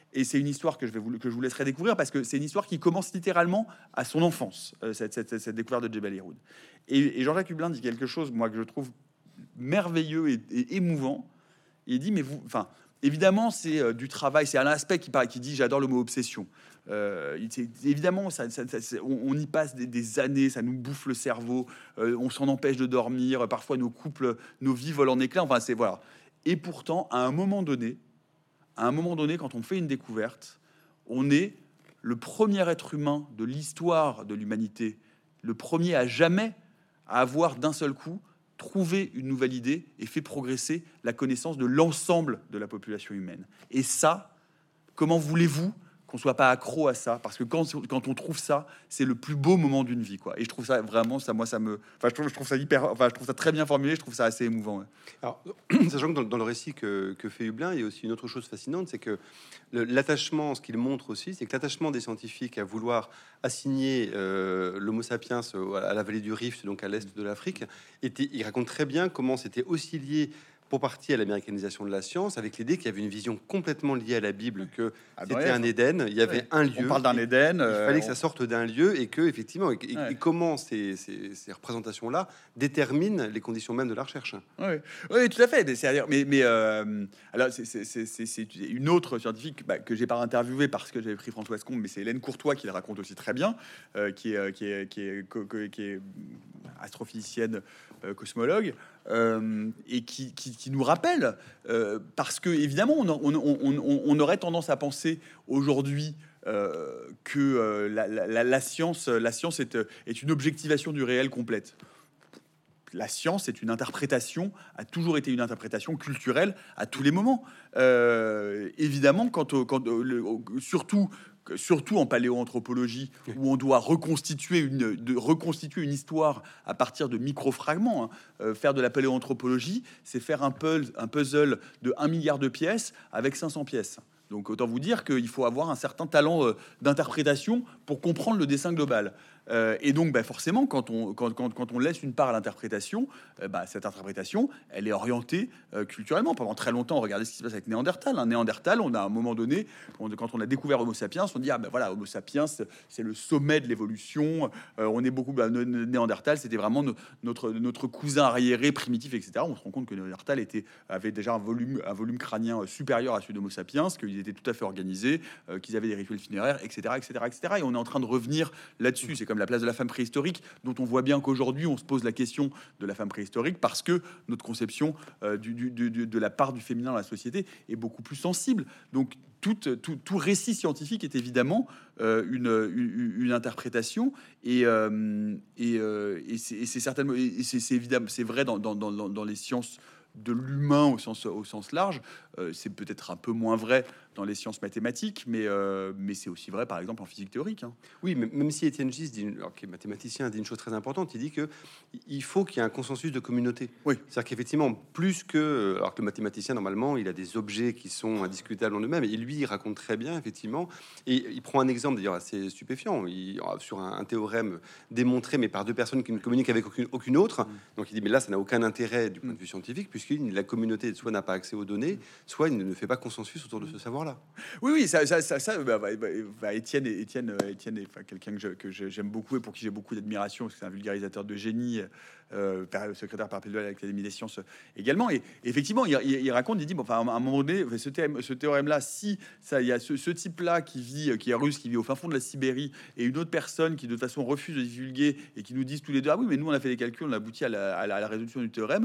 Et c'est une histoire que je vous laisserai découvrir, parce que c'est une histoire qui commence littéralement à son enfance, cette découverte de Jebel Irhoud. Et Jean-Jacques Hublin dit quelque chose, moi, que je trouve merveilleux et émouvant. Il dit, mais vous, enfin, évidemment, c'est du travail. C'est un aspect qui dit, j'adore le mot obsession. Évidemment, on y passe des années, ça nous bouffe le cerveau, on s'en empêche de dormir. Parfois, nos couples, nos vies volent en éclats. Enfin, c'est voilà. Et pourtant, à un moment donné, quand on fait une découverte, on est le premier être humain de l'histoire de l'humanité, le premier à jamais à avoir d'un seul coup trouvé une nouvelle idée et fait progresser la connaissance de l'ensemble de la population humaine. Et ça, comment voulez-vous qu'on soit pas accro à ça? Parce que quand on trouve ça, c'est le plus beau moment d'une vie, quoi. Et je trouve ça vraiment, ça, moi, ça me, enfin, je trouve ça hyper, enfin, je trouve ça très bien formulé. Je trouve ça assez émouvant. Ouais. Alors, sachant que dans le récit que fait Hublin, il y a aussi une autre chose fascinante, c'est que l'attachement, ce qu'il montre aussi, c'est que l'attachement des scientifiques à vouloir assigner l'Homo sapiens à la vallée du Rift, donc à l'est de l'Afrique, il raconte très bien comment c'était aussi lié pour partie à l'américanisation de la science, avec l'idée qu'il y avait une vision complètement liée à la Bible, que c'était un Éden, il y avait un lieu. On parle d'un Éden. Il fallait que ça sorte d'un lieu, et que effectivement, et comment ces représentations-là déterminent les conditions même de la recherche. Oui, tout à fait. C'est-à-dire, alors c'est une autre scientifique que j'ai pas interviewé parce que j'avais pris Françoise Combe, mais c'est Hélène Courtois qui le raconte aussi très bien, qui est astrophysicienne, cosmologue. Et qui nous rappelle, parce que évidemment on aurait tendance à penser aujourd'hui que la science est une objectivation du réel complète. La science est une interprétation, a toujours été une interprétation culturelle à tous les moments. Évidemment, surtout en paléoanthropologie, où on doit reconstituer une histoire à partir de micro-fragments. Faire de la paléoanthropologie, c'est faire un puzzle de 1 milliard de pièces avec 500 pièces. Donc autant vous dire qu'il faut avoir un certain talent d'interprétation pour comprendre le dessin global. Et donc forcément, quand on laisse une part à l'interprétation, cette interprétation, elle est orientée culturellement. Pendant très longtemps, regardez ce qui se passe avec Néandertal. Néandertal, on a à un moment donné, quand on a découvert Homo sapiens, on dit voilà, Homo sapiens, c'est le sommet de l'évolution. On est beaucoup Néandertal, c'était vraiment notre cousin arriéré primitif, etc. On se rend compte que Néandertal avait déjà un volume crânien supérieur à celui d'Homo sapiens, qu'ils étaient tout à fait organisés, qu'ils avaient des rituels funéraires, etc., etc., etc. Et on est en train de revenir là-dessus. C'est comme la place de la femme préhistorique, dont on voit bien qu'aujourd'hui on se pose la question de la femme préhistorique parce que notre conception de la part du féminin dans la société est beaucoup plus sensible. Donc tout récit scientifique est évidemment une interprétation, et c'est certainement, et c'est évidemment, c'est vrai dans les sciences de l'humain au sens large. C'est peut-être un peu moins vrai dans les sciences mathématiques, mais c'est aussi vrai, par exemple, en physique théorique. Oui, mais même si Étienne Gis, qui est mathématicien, dit une chose très importante, il dit que il faut qu'il y ait un consensus de communauté. Oui. C'est-à-dire qu'effectivement, plus que... Alors que le mathématicien, normalement, il a des objets qui sont indiscutables en eux-mêmes, et lui, il raconte très bien, effectivement, et il prend un exemple, d'ailleurs, assez stupéfiant, sur un théorème démontré, mais par deux personnes qui ne communiquent avec aucune autre. Donc il dit, mais là, ça n'a aucun intérêt du point de vue scientifique, puisque la communauté, soit n'a pas accès aux données, soit il ne fait pas consensus autour de ce savoir-là. Oui, Étienne est quelqu'un que j'aime beaucoup et pour qui j'ai beaucoup d'admiration, parce que c'est un vulgarisateur de génie, secrétaire perpétuel à l'Académie des sciences également. Et effectivement, il raconte, il dit, à un moment donné, ce théorème-là, si ça, il y a ce type-là qui est russe, qui vit au fin fond de la Sibérie, et une autre personne qui de toute façon refuse de divulguer et qui nous disent tous les deux, ah oui, mais nous on a fait des calculs, on a abouti à la résolution du théorème.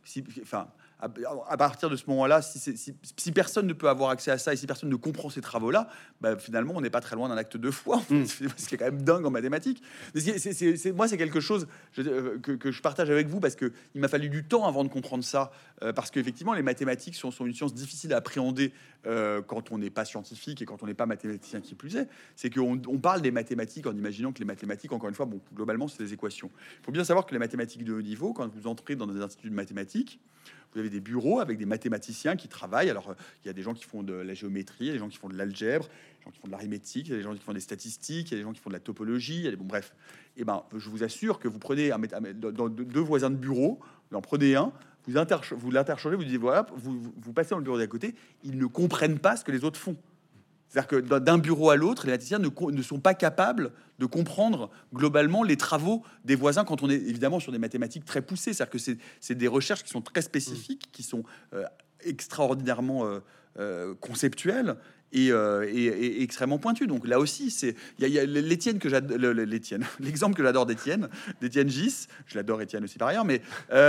À partir de ce moment-là, si personne ne peut avoir accès à ça et si personne ne comprend ces travaux-là, finalement, on n'est pas très loin d'un acte de foi. Ce qui est quand même dingue en mathématiques. Moi, c'est quelque chose que je partage avec vous, parce que il m'a fallu du temps avant de comprendre ça, parce qu'effectivement, les mathématiques sont une science difficile à appréhender quand on n'est pas scientifique et quand on n'est pas mathématicien, qui plus est. C'est qu'on parle des mathématiques en imaginant que les mathématiques, encore une fois, globalement, c'est des équations. Il faut bien savoir que les mathématiques de haut niveau, quand vous entrez dans des instituts de mathématiques, vous avez des bureaux avec des mathématiciens qui travaillent. Alors, il y a des gens qui font de la géométrie, il y a des gens qui font de l'algèbre, des gens qui font de l'arithmétique, il y a des gens qui font des statistiques, il y a des gens qui font de la topologie, il y a bref. Et je vous assure que vous prenez dans deux voisins de bureau, vous en prenez un, vous l'interchangez, vous dites voilà, vous passez dans le bureau d'à côté, ils ne comprennent pas ce que les autres font. C'est-à-dire que d'un bureau à l'autre, les mathématiciens ne sont pas capables de comprendre globalement les travaux des voisins quand on est évidemment sur des mathématiques très poussées. C'est-à-dire que c'est des recherches qui sont très spécifiques, qui sont extraordinairement conceptuelles et extrêmement pointues. Donc là aussi, il y a l'Étienne que j'adore, l'exemple que j'adore d'Étienne Gis. Je l'adore Étienne aussi par ailleurs, mais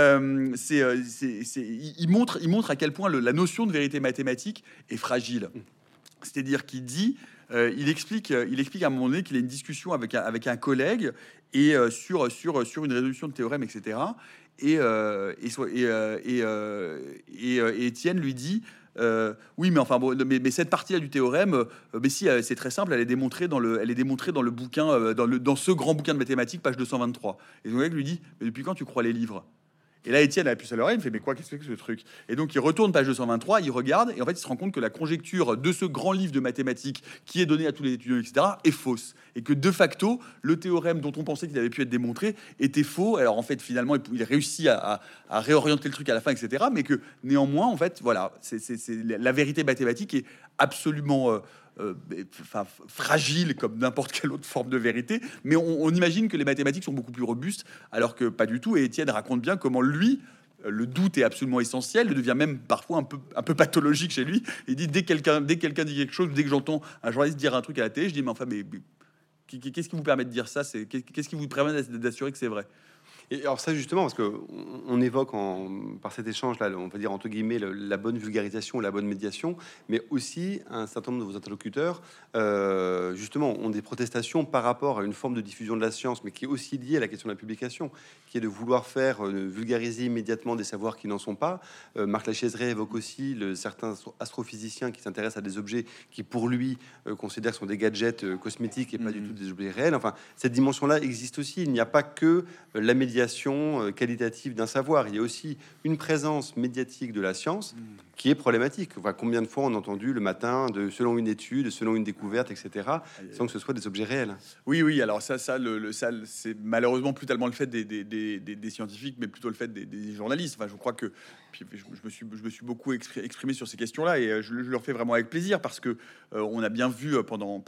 il montre à quel point la notion de vérité mathématique est fragile. C'est-à-dire qu'il dit, il explique à un moment donné qu'il a une discussion avec un collègue et sur une résolution de théorème, etc. Et Étienne lui dit oui, mais enfin bon, mais cette partie-là du théorème, mais si c'est très simple, elle est démontrée dans le bouquin, dans ce grand bouquin de mathématiques, page 223. Et le collègue lui dit, mais depuis quand tu crois les livres? Et là, Étienne a la puce à l'oreille, il me fait, mais quoi, qu'est-ce que c'est que ce truc? Et donc, il retourne page 223, il regarde, et en fait, il se rend compte que la conjecture de ce grand livre de mathématiques qui est donné à tous les étudiants, etc., est fausse. Et que, de facto, le théorème dont on pensait qu'il avait pu être démontré était faux. Alors, en fait, finalement, il réussit à réorienter le truc à la fin, etc., mais que, néanmoins, en fait, voilà, la vérité mathématique est absolument... fragile comme n'importe quelle autre forme de vérité, mais on imagine que les mathématiques sont beaucoup plus robustes, alors que pas du tout. Et Étienne raconte bien comment lui, le doute est absolument essentiel, il devient même parfois un peu pathologique chez lui. Il dit dès que quelqu'un dit quelque chose, dès que j'entends un journaliste dire un truc à la télé, je dis mais enfin mais qu'est-ce qui vous permet de dire ça? Qu'est-ce qui vous permet d'assurer que c'est vrai? Et alors ça justement, parce que on évoque par cet échange-là, on va dire entre guillemets, la bonne vulgarisation, la bonne médiation, mais aussi un certain nombre de vos interlocuteurs, justement, ont des protestations par rapport à une forme de diffusion de la science, mais qui est aussi liée à la question de la publication, qui est de vouloir faire vulgariser immédiatement des savoirs qui n'en sont pas. Marc Lachaiseray évoque aussi certains astrophysiciens qui s'intéressent à des objets qui, pour lui, considèrent que sont des gadgets cosmétiques et pas du tout des objets réels. Enfin, cette dimension-là existe aussi. Il n'y a pas que la médiation qualitative d'un savoir. Il y a aussi une présence médiatique de la science qui est problématique. Enfin, combien de fois on a entendu le matin selon une étude, selon une découverte, etc., sans que ce soit des objets réels. Oui. Alors ça, c'est malheureusement plus tellement le fait des scientifiques, mais plutôt le fait des journalistes. Enfin, je crois que je me suis beaucoup exprimé sur ces questions-là et je le fais vraiment avec plaisir parce que on a bien vu pendant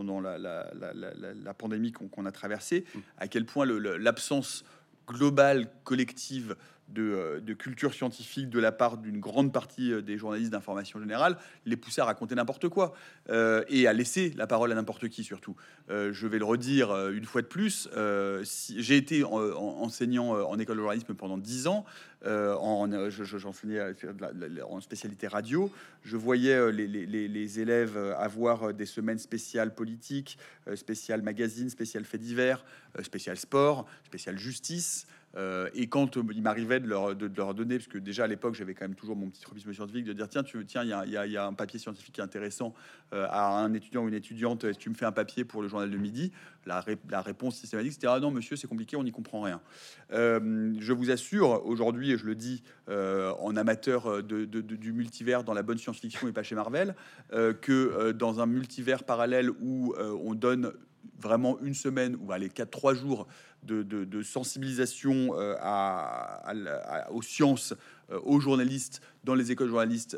la pandémie qu'on a traversée à quel point l'absence globale, collective de culture scientifique de la part d'une grande partie des journalistes d'information générale les poussait à raconter n'importe quoi et à laisser la parole à n'importe qui surtout. Je vais le redire une fois de plus, j'ai été enseignant en école de journalisme pendant 10 ans. J'enseignais en spécialité radio. Je voyais les élèves avoir des semaines spéciales politiques, spéciales magazines, spéciales faits divers, spéciales sport, spéciales justice. Et quand il m'arrivait de leur donner, parce que déjà à l'époque j'avais quand même toujours mon petit tropisme scientifique, de dire tiens il y a un papier scientifique qui est intéressant à un étudiant ou une étudiante, est-ce que tu me fais un papier pour le journal de midi? La réponse systématique c'était ah non monsieur c'est compliqué, on n'y comprend rien. Je vous assure aujourd'hui, et je le dis en amateur du multivers dans la bonne science-fiction et pas chez Marvel, que dans un multivers parallèle où on donne vraiment une semaine ou allez 3 jours de sensibilisation aux sciences, aux journalistes dans les écoles de journalisme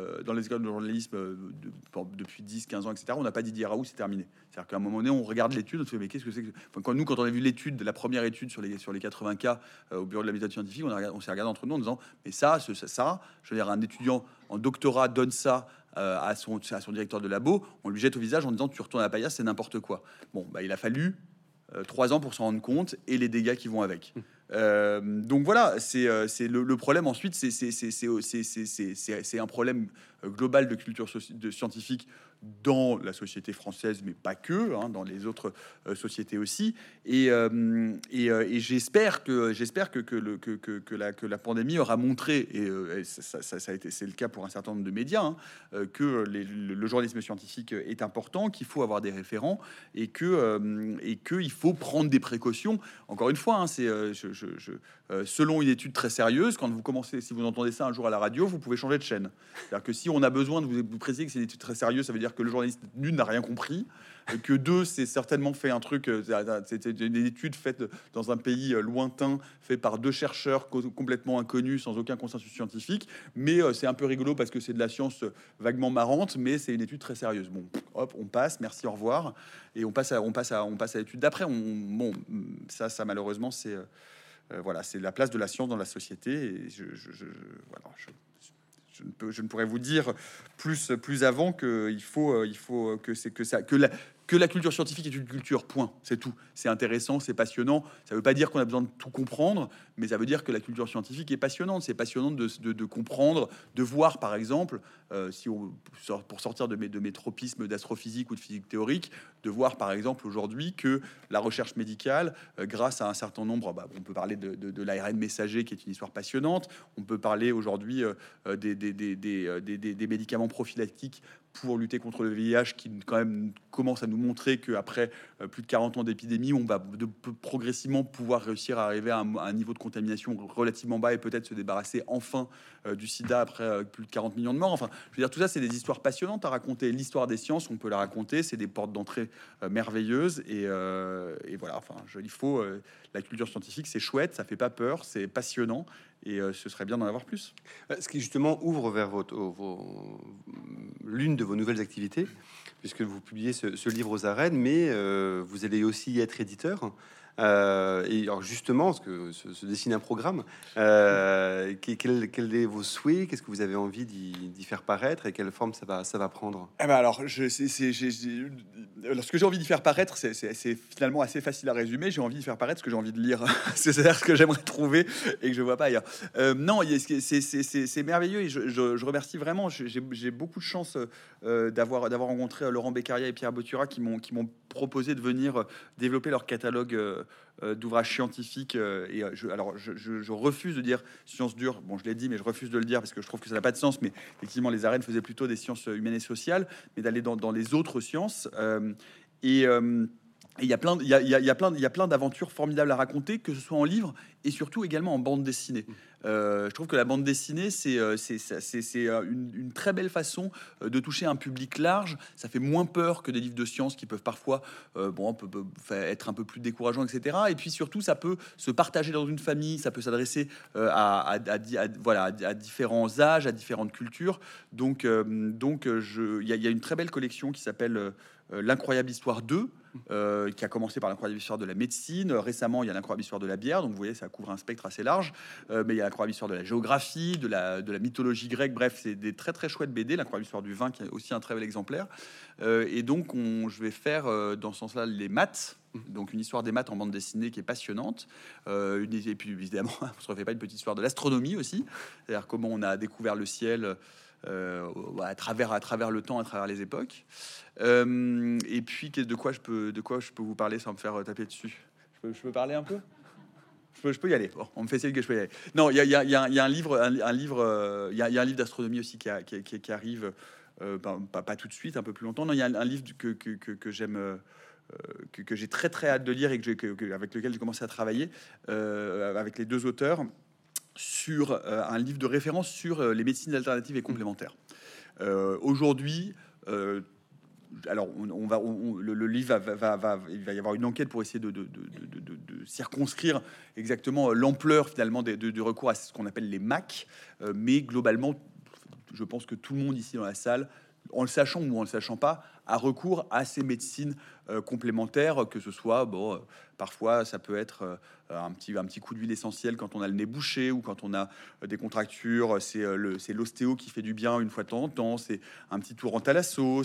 depuis 10-15 ans, etc. On n'a pas dit Raoult, c'est terminé. C'est-à-dire qu'à un moment donné, on regarde l'étude, on se fait mais qu'est-ce que c'est que... Enfin, quand on a vu l'étude, la première étude sur les 80 cas au bureau de la méthode scientifique, on s'est regardé entre nous en disant mais ça, je veux dire, un étudiant en doctorat donne ça à son directeur de labo, on lui jette au visage en disant tu retournes à la paillasse, c'est n'importe quoi. Bon, bah, il a fallu 3 ans pour s'en rendre compte et les dégâts qui vont avec. Donc voilà, c'est le problème. Ensuite, c'est un problème global de culture scientifique dans la société française, mais pas que, hein, dans les autres sociétés aussi. Et j'espère que la pandémie aura montré, et ça a été, c'est le cas pour un certain nombre de médias, hein, que le journalisme scientifique est important, qu'il faut avoir des référents et qu'il faut prendre des précautions. Encore une fois, hein, selon une étude très sérieuse, quand vous commencez, si vous entendez ça un jour à la radio, vous pouvez changer de chaîne. C'est-à-dire que si on a besoin de vous préciser que c'est des études très sérieuses, ça veut dire que le journaliste, d'une, n'a rien compris, que deux, c'est certainement fait un truc, c'était une étude faite dans un pays lointain, fait par deux chercheurs complètement inconnus, sans aucun consensus scientifique, mais c'est un peu rigolo parce que c'est de la science vaguement marrante, mais c'est une étude très sérieuse. Bon, hop, on passe, merci, au revoir, et on passe à l'étude d'après. Bon, ça malheureusement, c'est voilà, c'est la place de la science dans la société, et voilà, je ne pourrais vous dire plus avant que il faut que c'est que la culture scientifique est une culture, point, c'est tout. C'est intéressant, c'est passionnant. Ça veut pas dire qu'on a besoin de tout comprendre, mais ça veut dire que la culture scientifique est passionnante. C'est passionnant de comprendre, de voir, par exemple, pour sortir de mes tropismes d'astrophysique ou de physique théorique, de voir, par exemple, aujourd'hui que la recherche médicale, grâce à un certain nombre, on peut parler de l'ARN messager, qui est une histoire passionnante. On peut parler aujourd'hui des médicaments prophylactiques pour lutter contre le VIH, qui quand même commence à nous montrer qu'après plus de 40 ans d'épidémie, on va progressivement pouvoir réussir à arriver à un niveau de contamination relativement bas et peut-être se débarrasser enfin du sida après plus de 40 millions de morts. Enfin, je veux dire, tout ça, c'est des histoires passionnantes à raconter. L'histoire des sciences, on peut la raconter, c'est des portes d'entrée merveilleuses. Et voilà, enfin, il faut... la culture scientifique, c'est chouette, ça fait pas peur, c'est passionnant. Et ce serait bien d'en avoir plus. Ce qui justement ouvre vers l'une de vos nouvelles activités, puisque vous publiez ce livre aux arènes, mais vous allez aussi être éditeur. Et alors justement, parce que se dessine un programme, quel est vos souhaits? Qu'est-ce que vous avez envie d'y faire paraître et quelle forme ça va prendre? Alors, ce que j'ai envie d'y faire paraître, c'est finalement assez facile à résumer. J'ai envie de faire paraître ce que j'ai envie de lire. C'est-à-dire ce que j'aimerais trouver et que je vois pas ailleurs. Non, c'est merveilleux et je remercie vraiment. J'ai beaucoup de chance d'avoir rencontré Laurent Beccaria et Pierre Botura qui m'ont proposé de venir développer leur catalogue d'ouvrages scientifiques. Je refuse de dire sciences dures. Bon, je l'ai dit, mais je refuse de le dire parce que je trouve que ça n'a pas de sens. Mais effectivement, les arènes faisaient plutôt des sciences humaines et sociales, mais d'aller dans les autres sciences. Il y a plein d'aventures formidables à raconter, que ce soit en livre et surtout également en bande dessinée. Je trouve que la bande dessinée, c'est une très belle façon de toucher un public large. Ça fait moins peur que des livres de sciences qui peuvent parfois être un peu plus décourageants, etc. Et puis surtout, ça peut se partager dans une famille, ça peut s'adresser à différents âges, à différentes cultures. Donc, il y a une très belle collection qui s'appelle L'incroyable histoire 2, qui a commencé par l'incroyable histoire de la médecine. Récemment, il y a l'incroyable histoire de la bière. Donc, vous voyez, ça couvre un spectre assez large. Mais il y a l'incroyable histoire de la géographie, de la mythologie grecque. Bref, c'est des très très chouettes BD. L'incroyable histoire du vin, qui est aussi un très bel exemplaire. Et donc, je vais faire dans ce sens-là les maths. Donc, une histoire des maths en bande dessinée qui est passionnante. Et puis, évidemment, on se refait pas une petite histoire de l'astronomie aussi. C'est-à-dire comment on a découvert le ciel à travers le temps, à travers les époques. Et puis de quoi je peux vous parler sans me faire taper dessus? Je peux parler un peu? Je peux y aller. Bon, on me fait signe que je peux y aller. Non, il y a un livre d'astronomie aussi qui arrive, pas tout de suite, un peu plus longtemps. Non, il y a un livre que j'aime, que j'ai très très hâte de lire et avec lequel j'ai commencé à travailler avec les deux auteurs, sur un livre de référence sur les médecines alternatives et complémentaires. Aujourd'hui, alors le livre il va y avoir une enquête pour essayer de circonscrire exactement l'ampleur finalement du recours à ce qu'on appelle les MAC, mais globalement, je pense que tout le monde ici dans la salle, en le sachant ou en le sachant pas, a recours à ces médecines complémentaires, que ce soit parfois ça peut être un petit coup d'huile essentielle quand on a le nez bouché ou quand on a des contractures, c'est l'ostéo qui fait du bien une fois de temps en temps, c'est un petit tour en thalasso,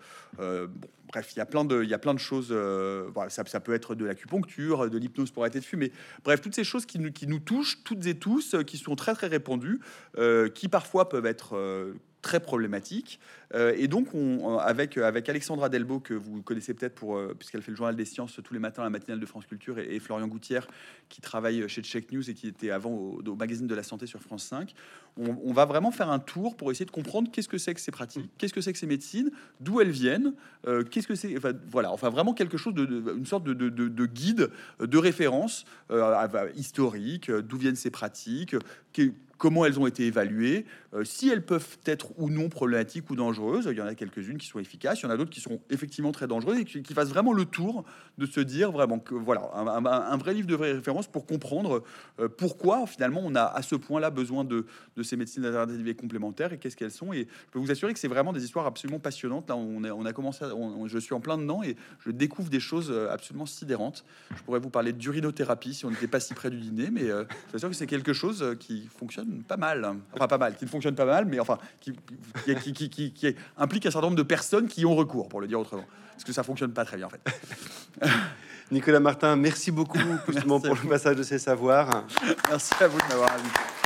bref, il y a plein de choses. Voilà, ça peut être de l'acupuncture, de l'hypnose pour arrêter de fumer. Bref, toutes ces choses qui nous touchent toutes et tous, qui sont très très répandues, qui parfois peuvent être très problématique. Et donc, avec Alexandra Delbo, que vous connaissez peut-être puisqu'elle fait le journal des sciences tous les matins, la matinale de France Culture, et Florian Gouttière, qui travaille chez Check News et qui était avant au magazine de la santé sur France 5. On va vraiment faire un tour pour essayer de comprendre qu'est-ce que c'est que ces pratiques, qu'est-ce que c'est que ces médecines, d'où elles viennent, qu'est-ce que c'est. Enfin, vraiment quelque chose une sorte de guide, de référence historique, d'où viennent ces pratiques, comment elles ont été évaluées, si elles peuvent être ou non problématiques ou dangereuses. Il y en a quelques-unes qui sont efficaces, il y en a d'autres qui sont effectivement très dangereuses, et qui fassent vraiment le tour de se dire vraiment que voilà, un vrai livre de référence pour comprendre pourquoi finalement on a à ce point-là besoin de ces médecines alternatives et complémentaires, et qu'est-ce qu'elles sont. Et je peux vous assurer que c'est vraiment des histoires absolument passionnantes. Là, on a commencé, je suis en plein dedans et je découvre des choses absolument sidérantes. Je pourrais vous parler d'urinothérapie si on n'était pas si près du dîner, mais je suis sûr que c'est quelque chose qui fonctionne pas mal. Enfin, pas mal, qui ne fonctionne pas mal, mais enfin, qui implique un certain nombre de personnes qui y ont recours, pour le dire autrement. Parce que ça fonctionne pas très bien, en fait. Nicolas Martin, merci beaucoup justement pour le passage de ces savoirs. Merci à vous de m'avoir invité.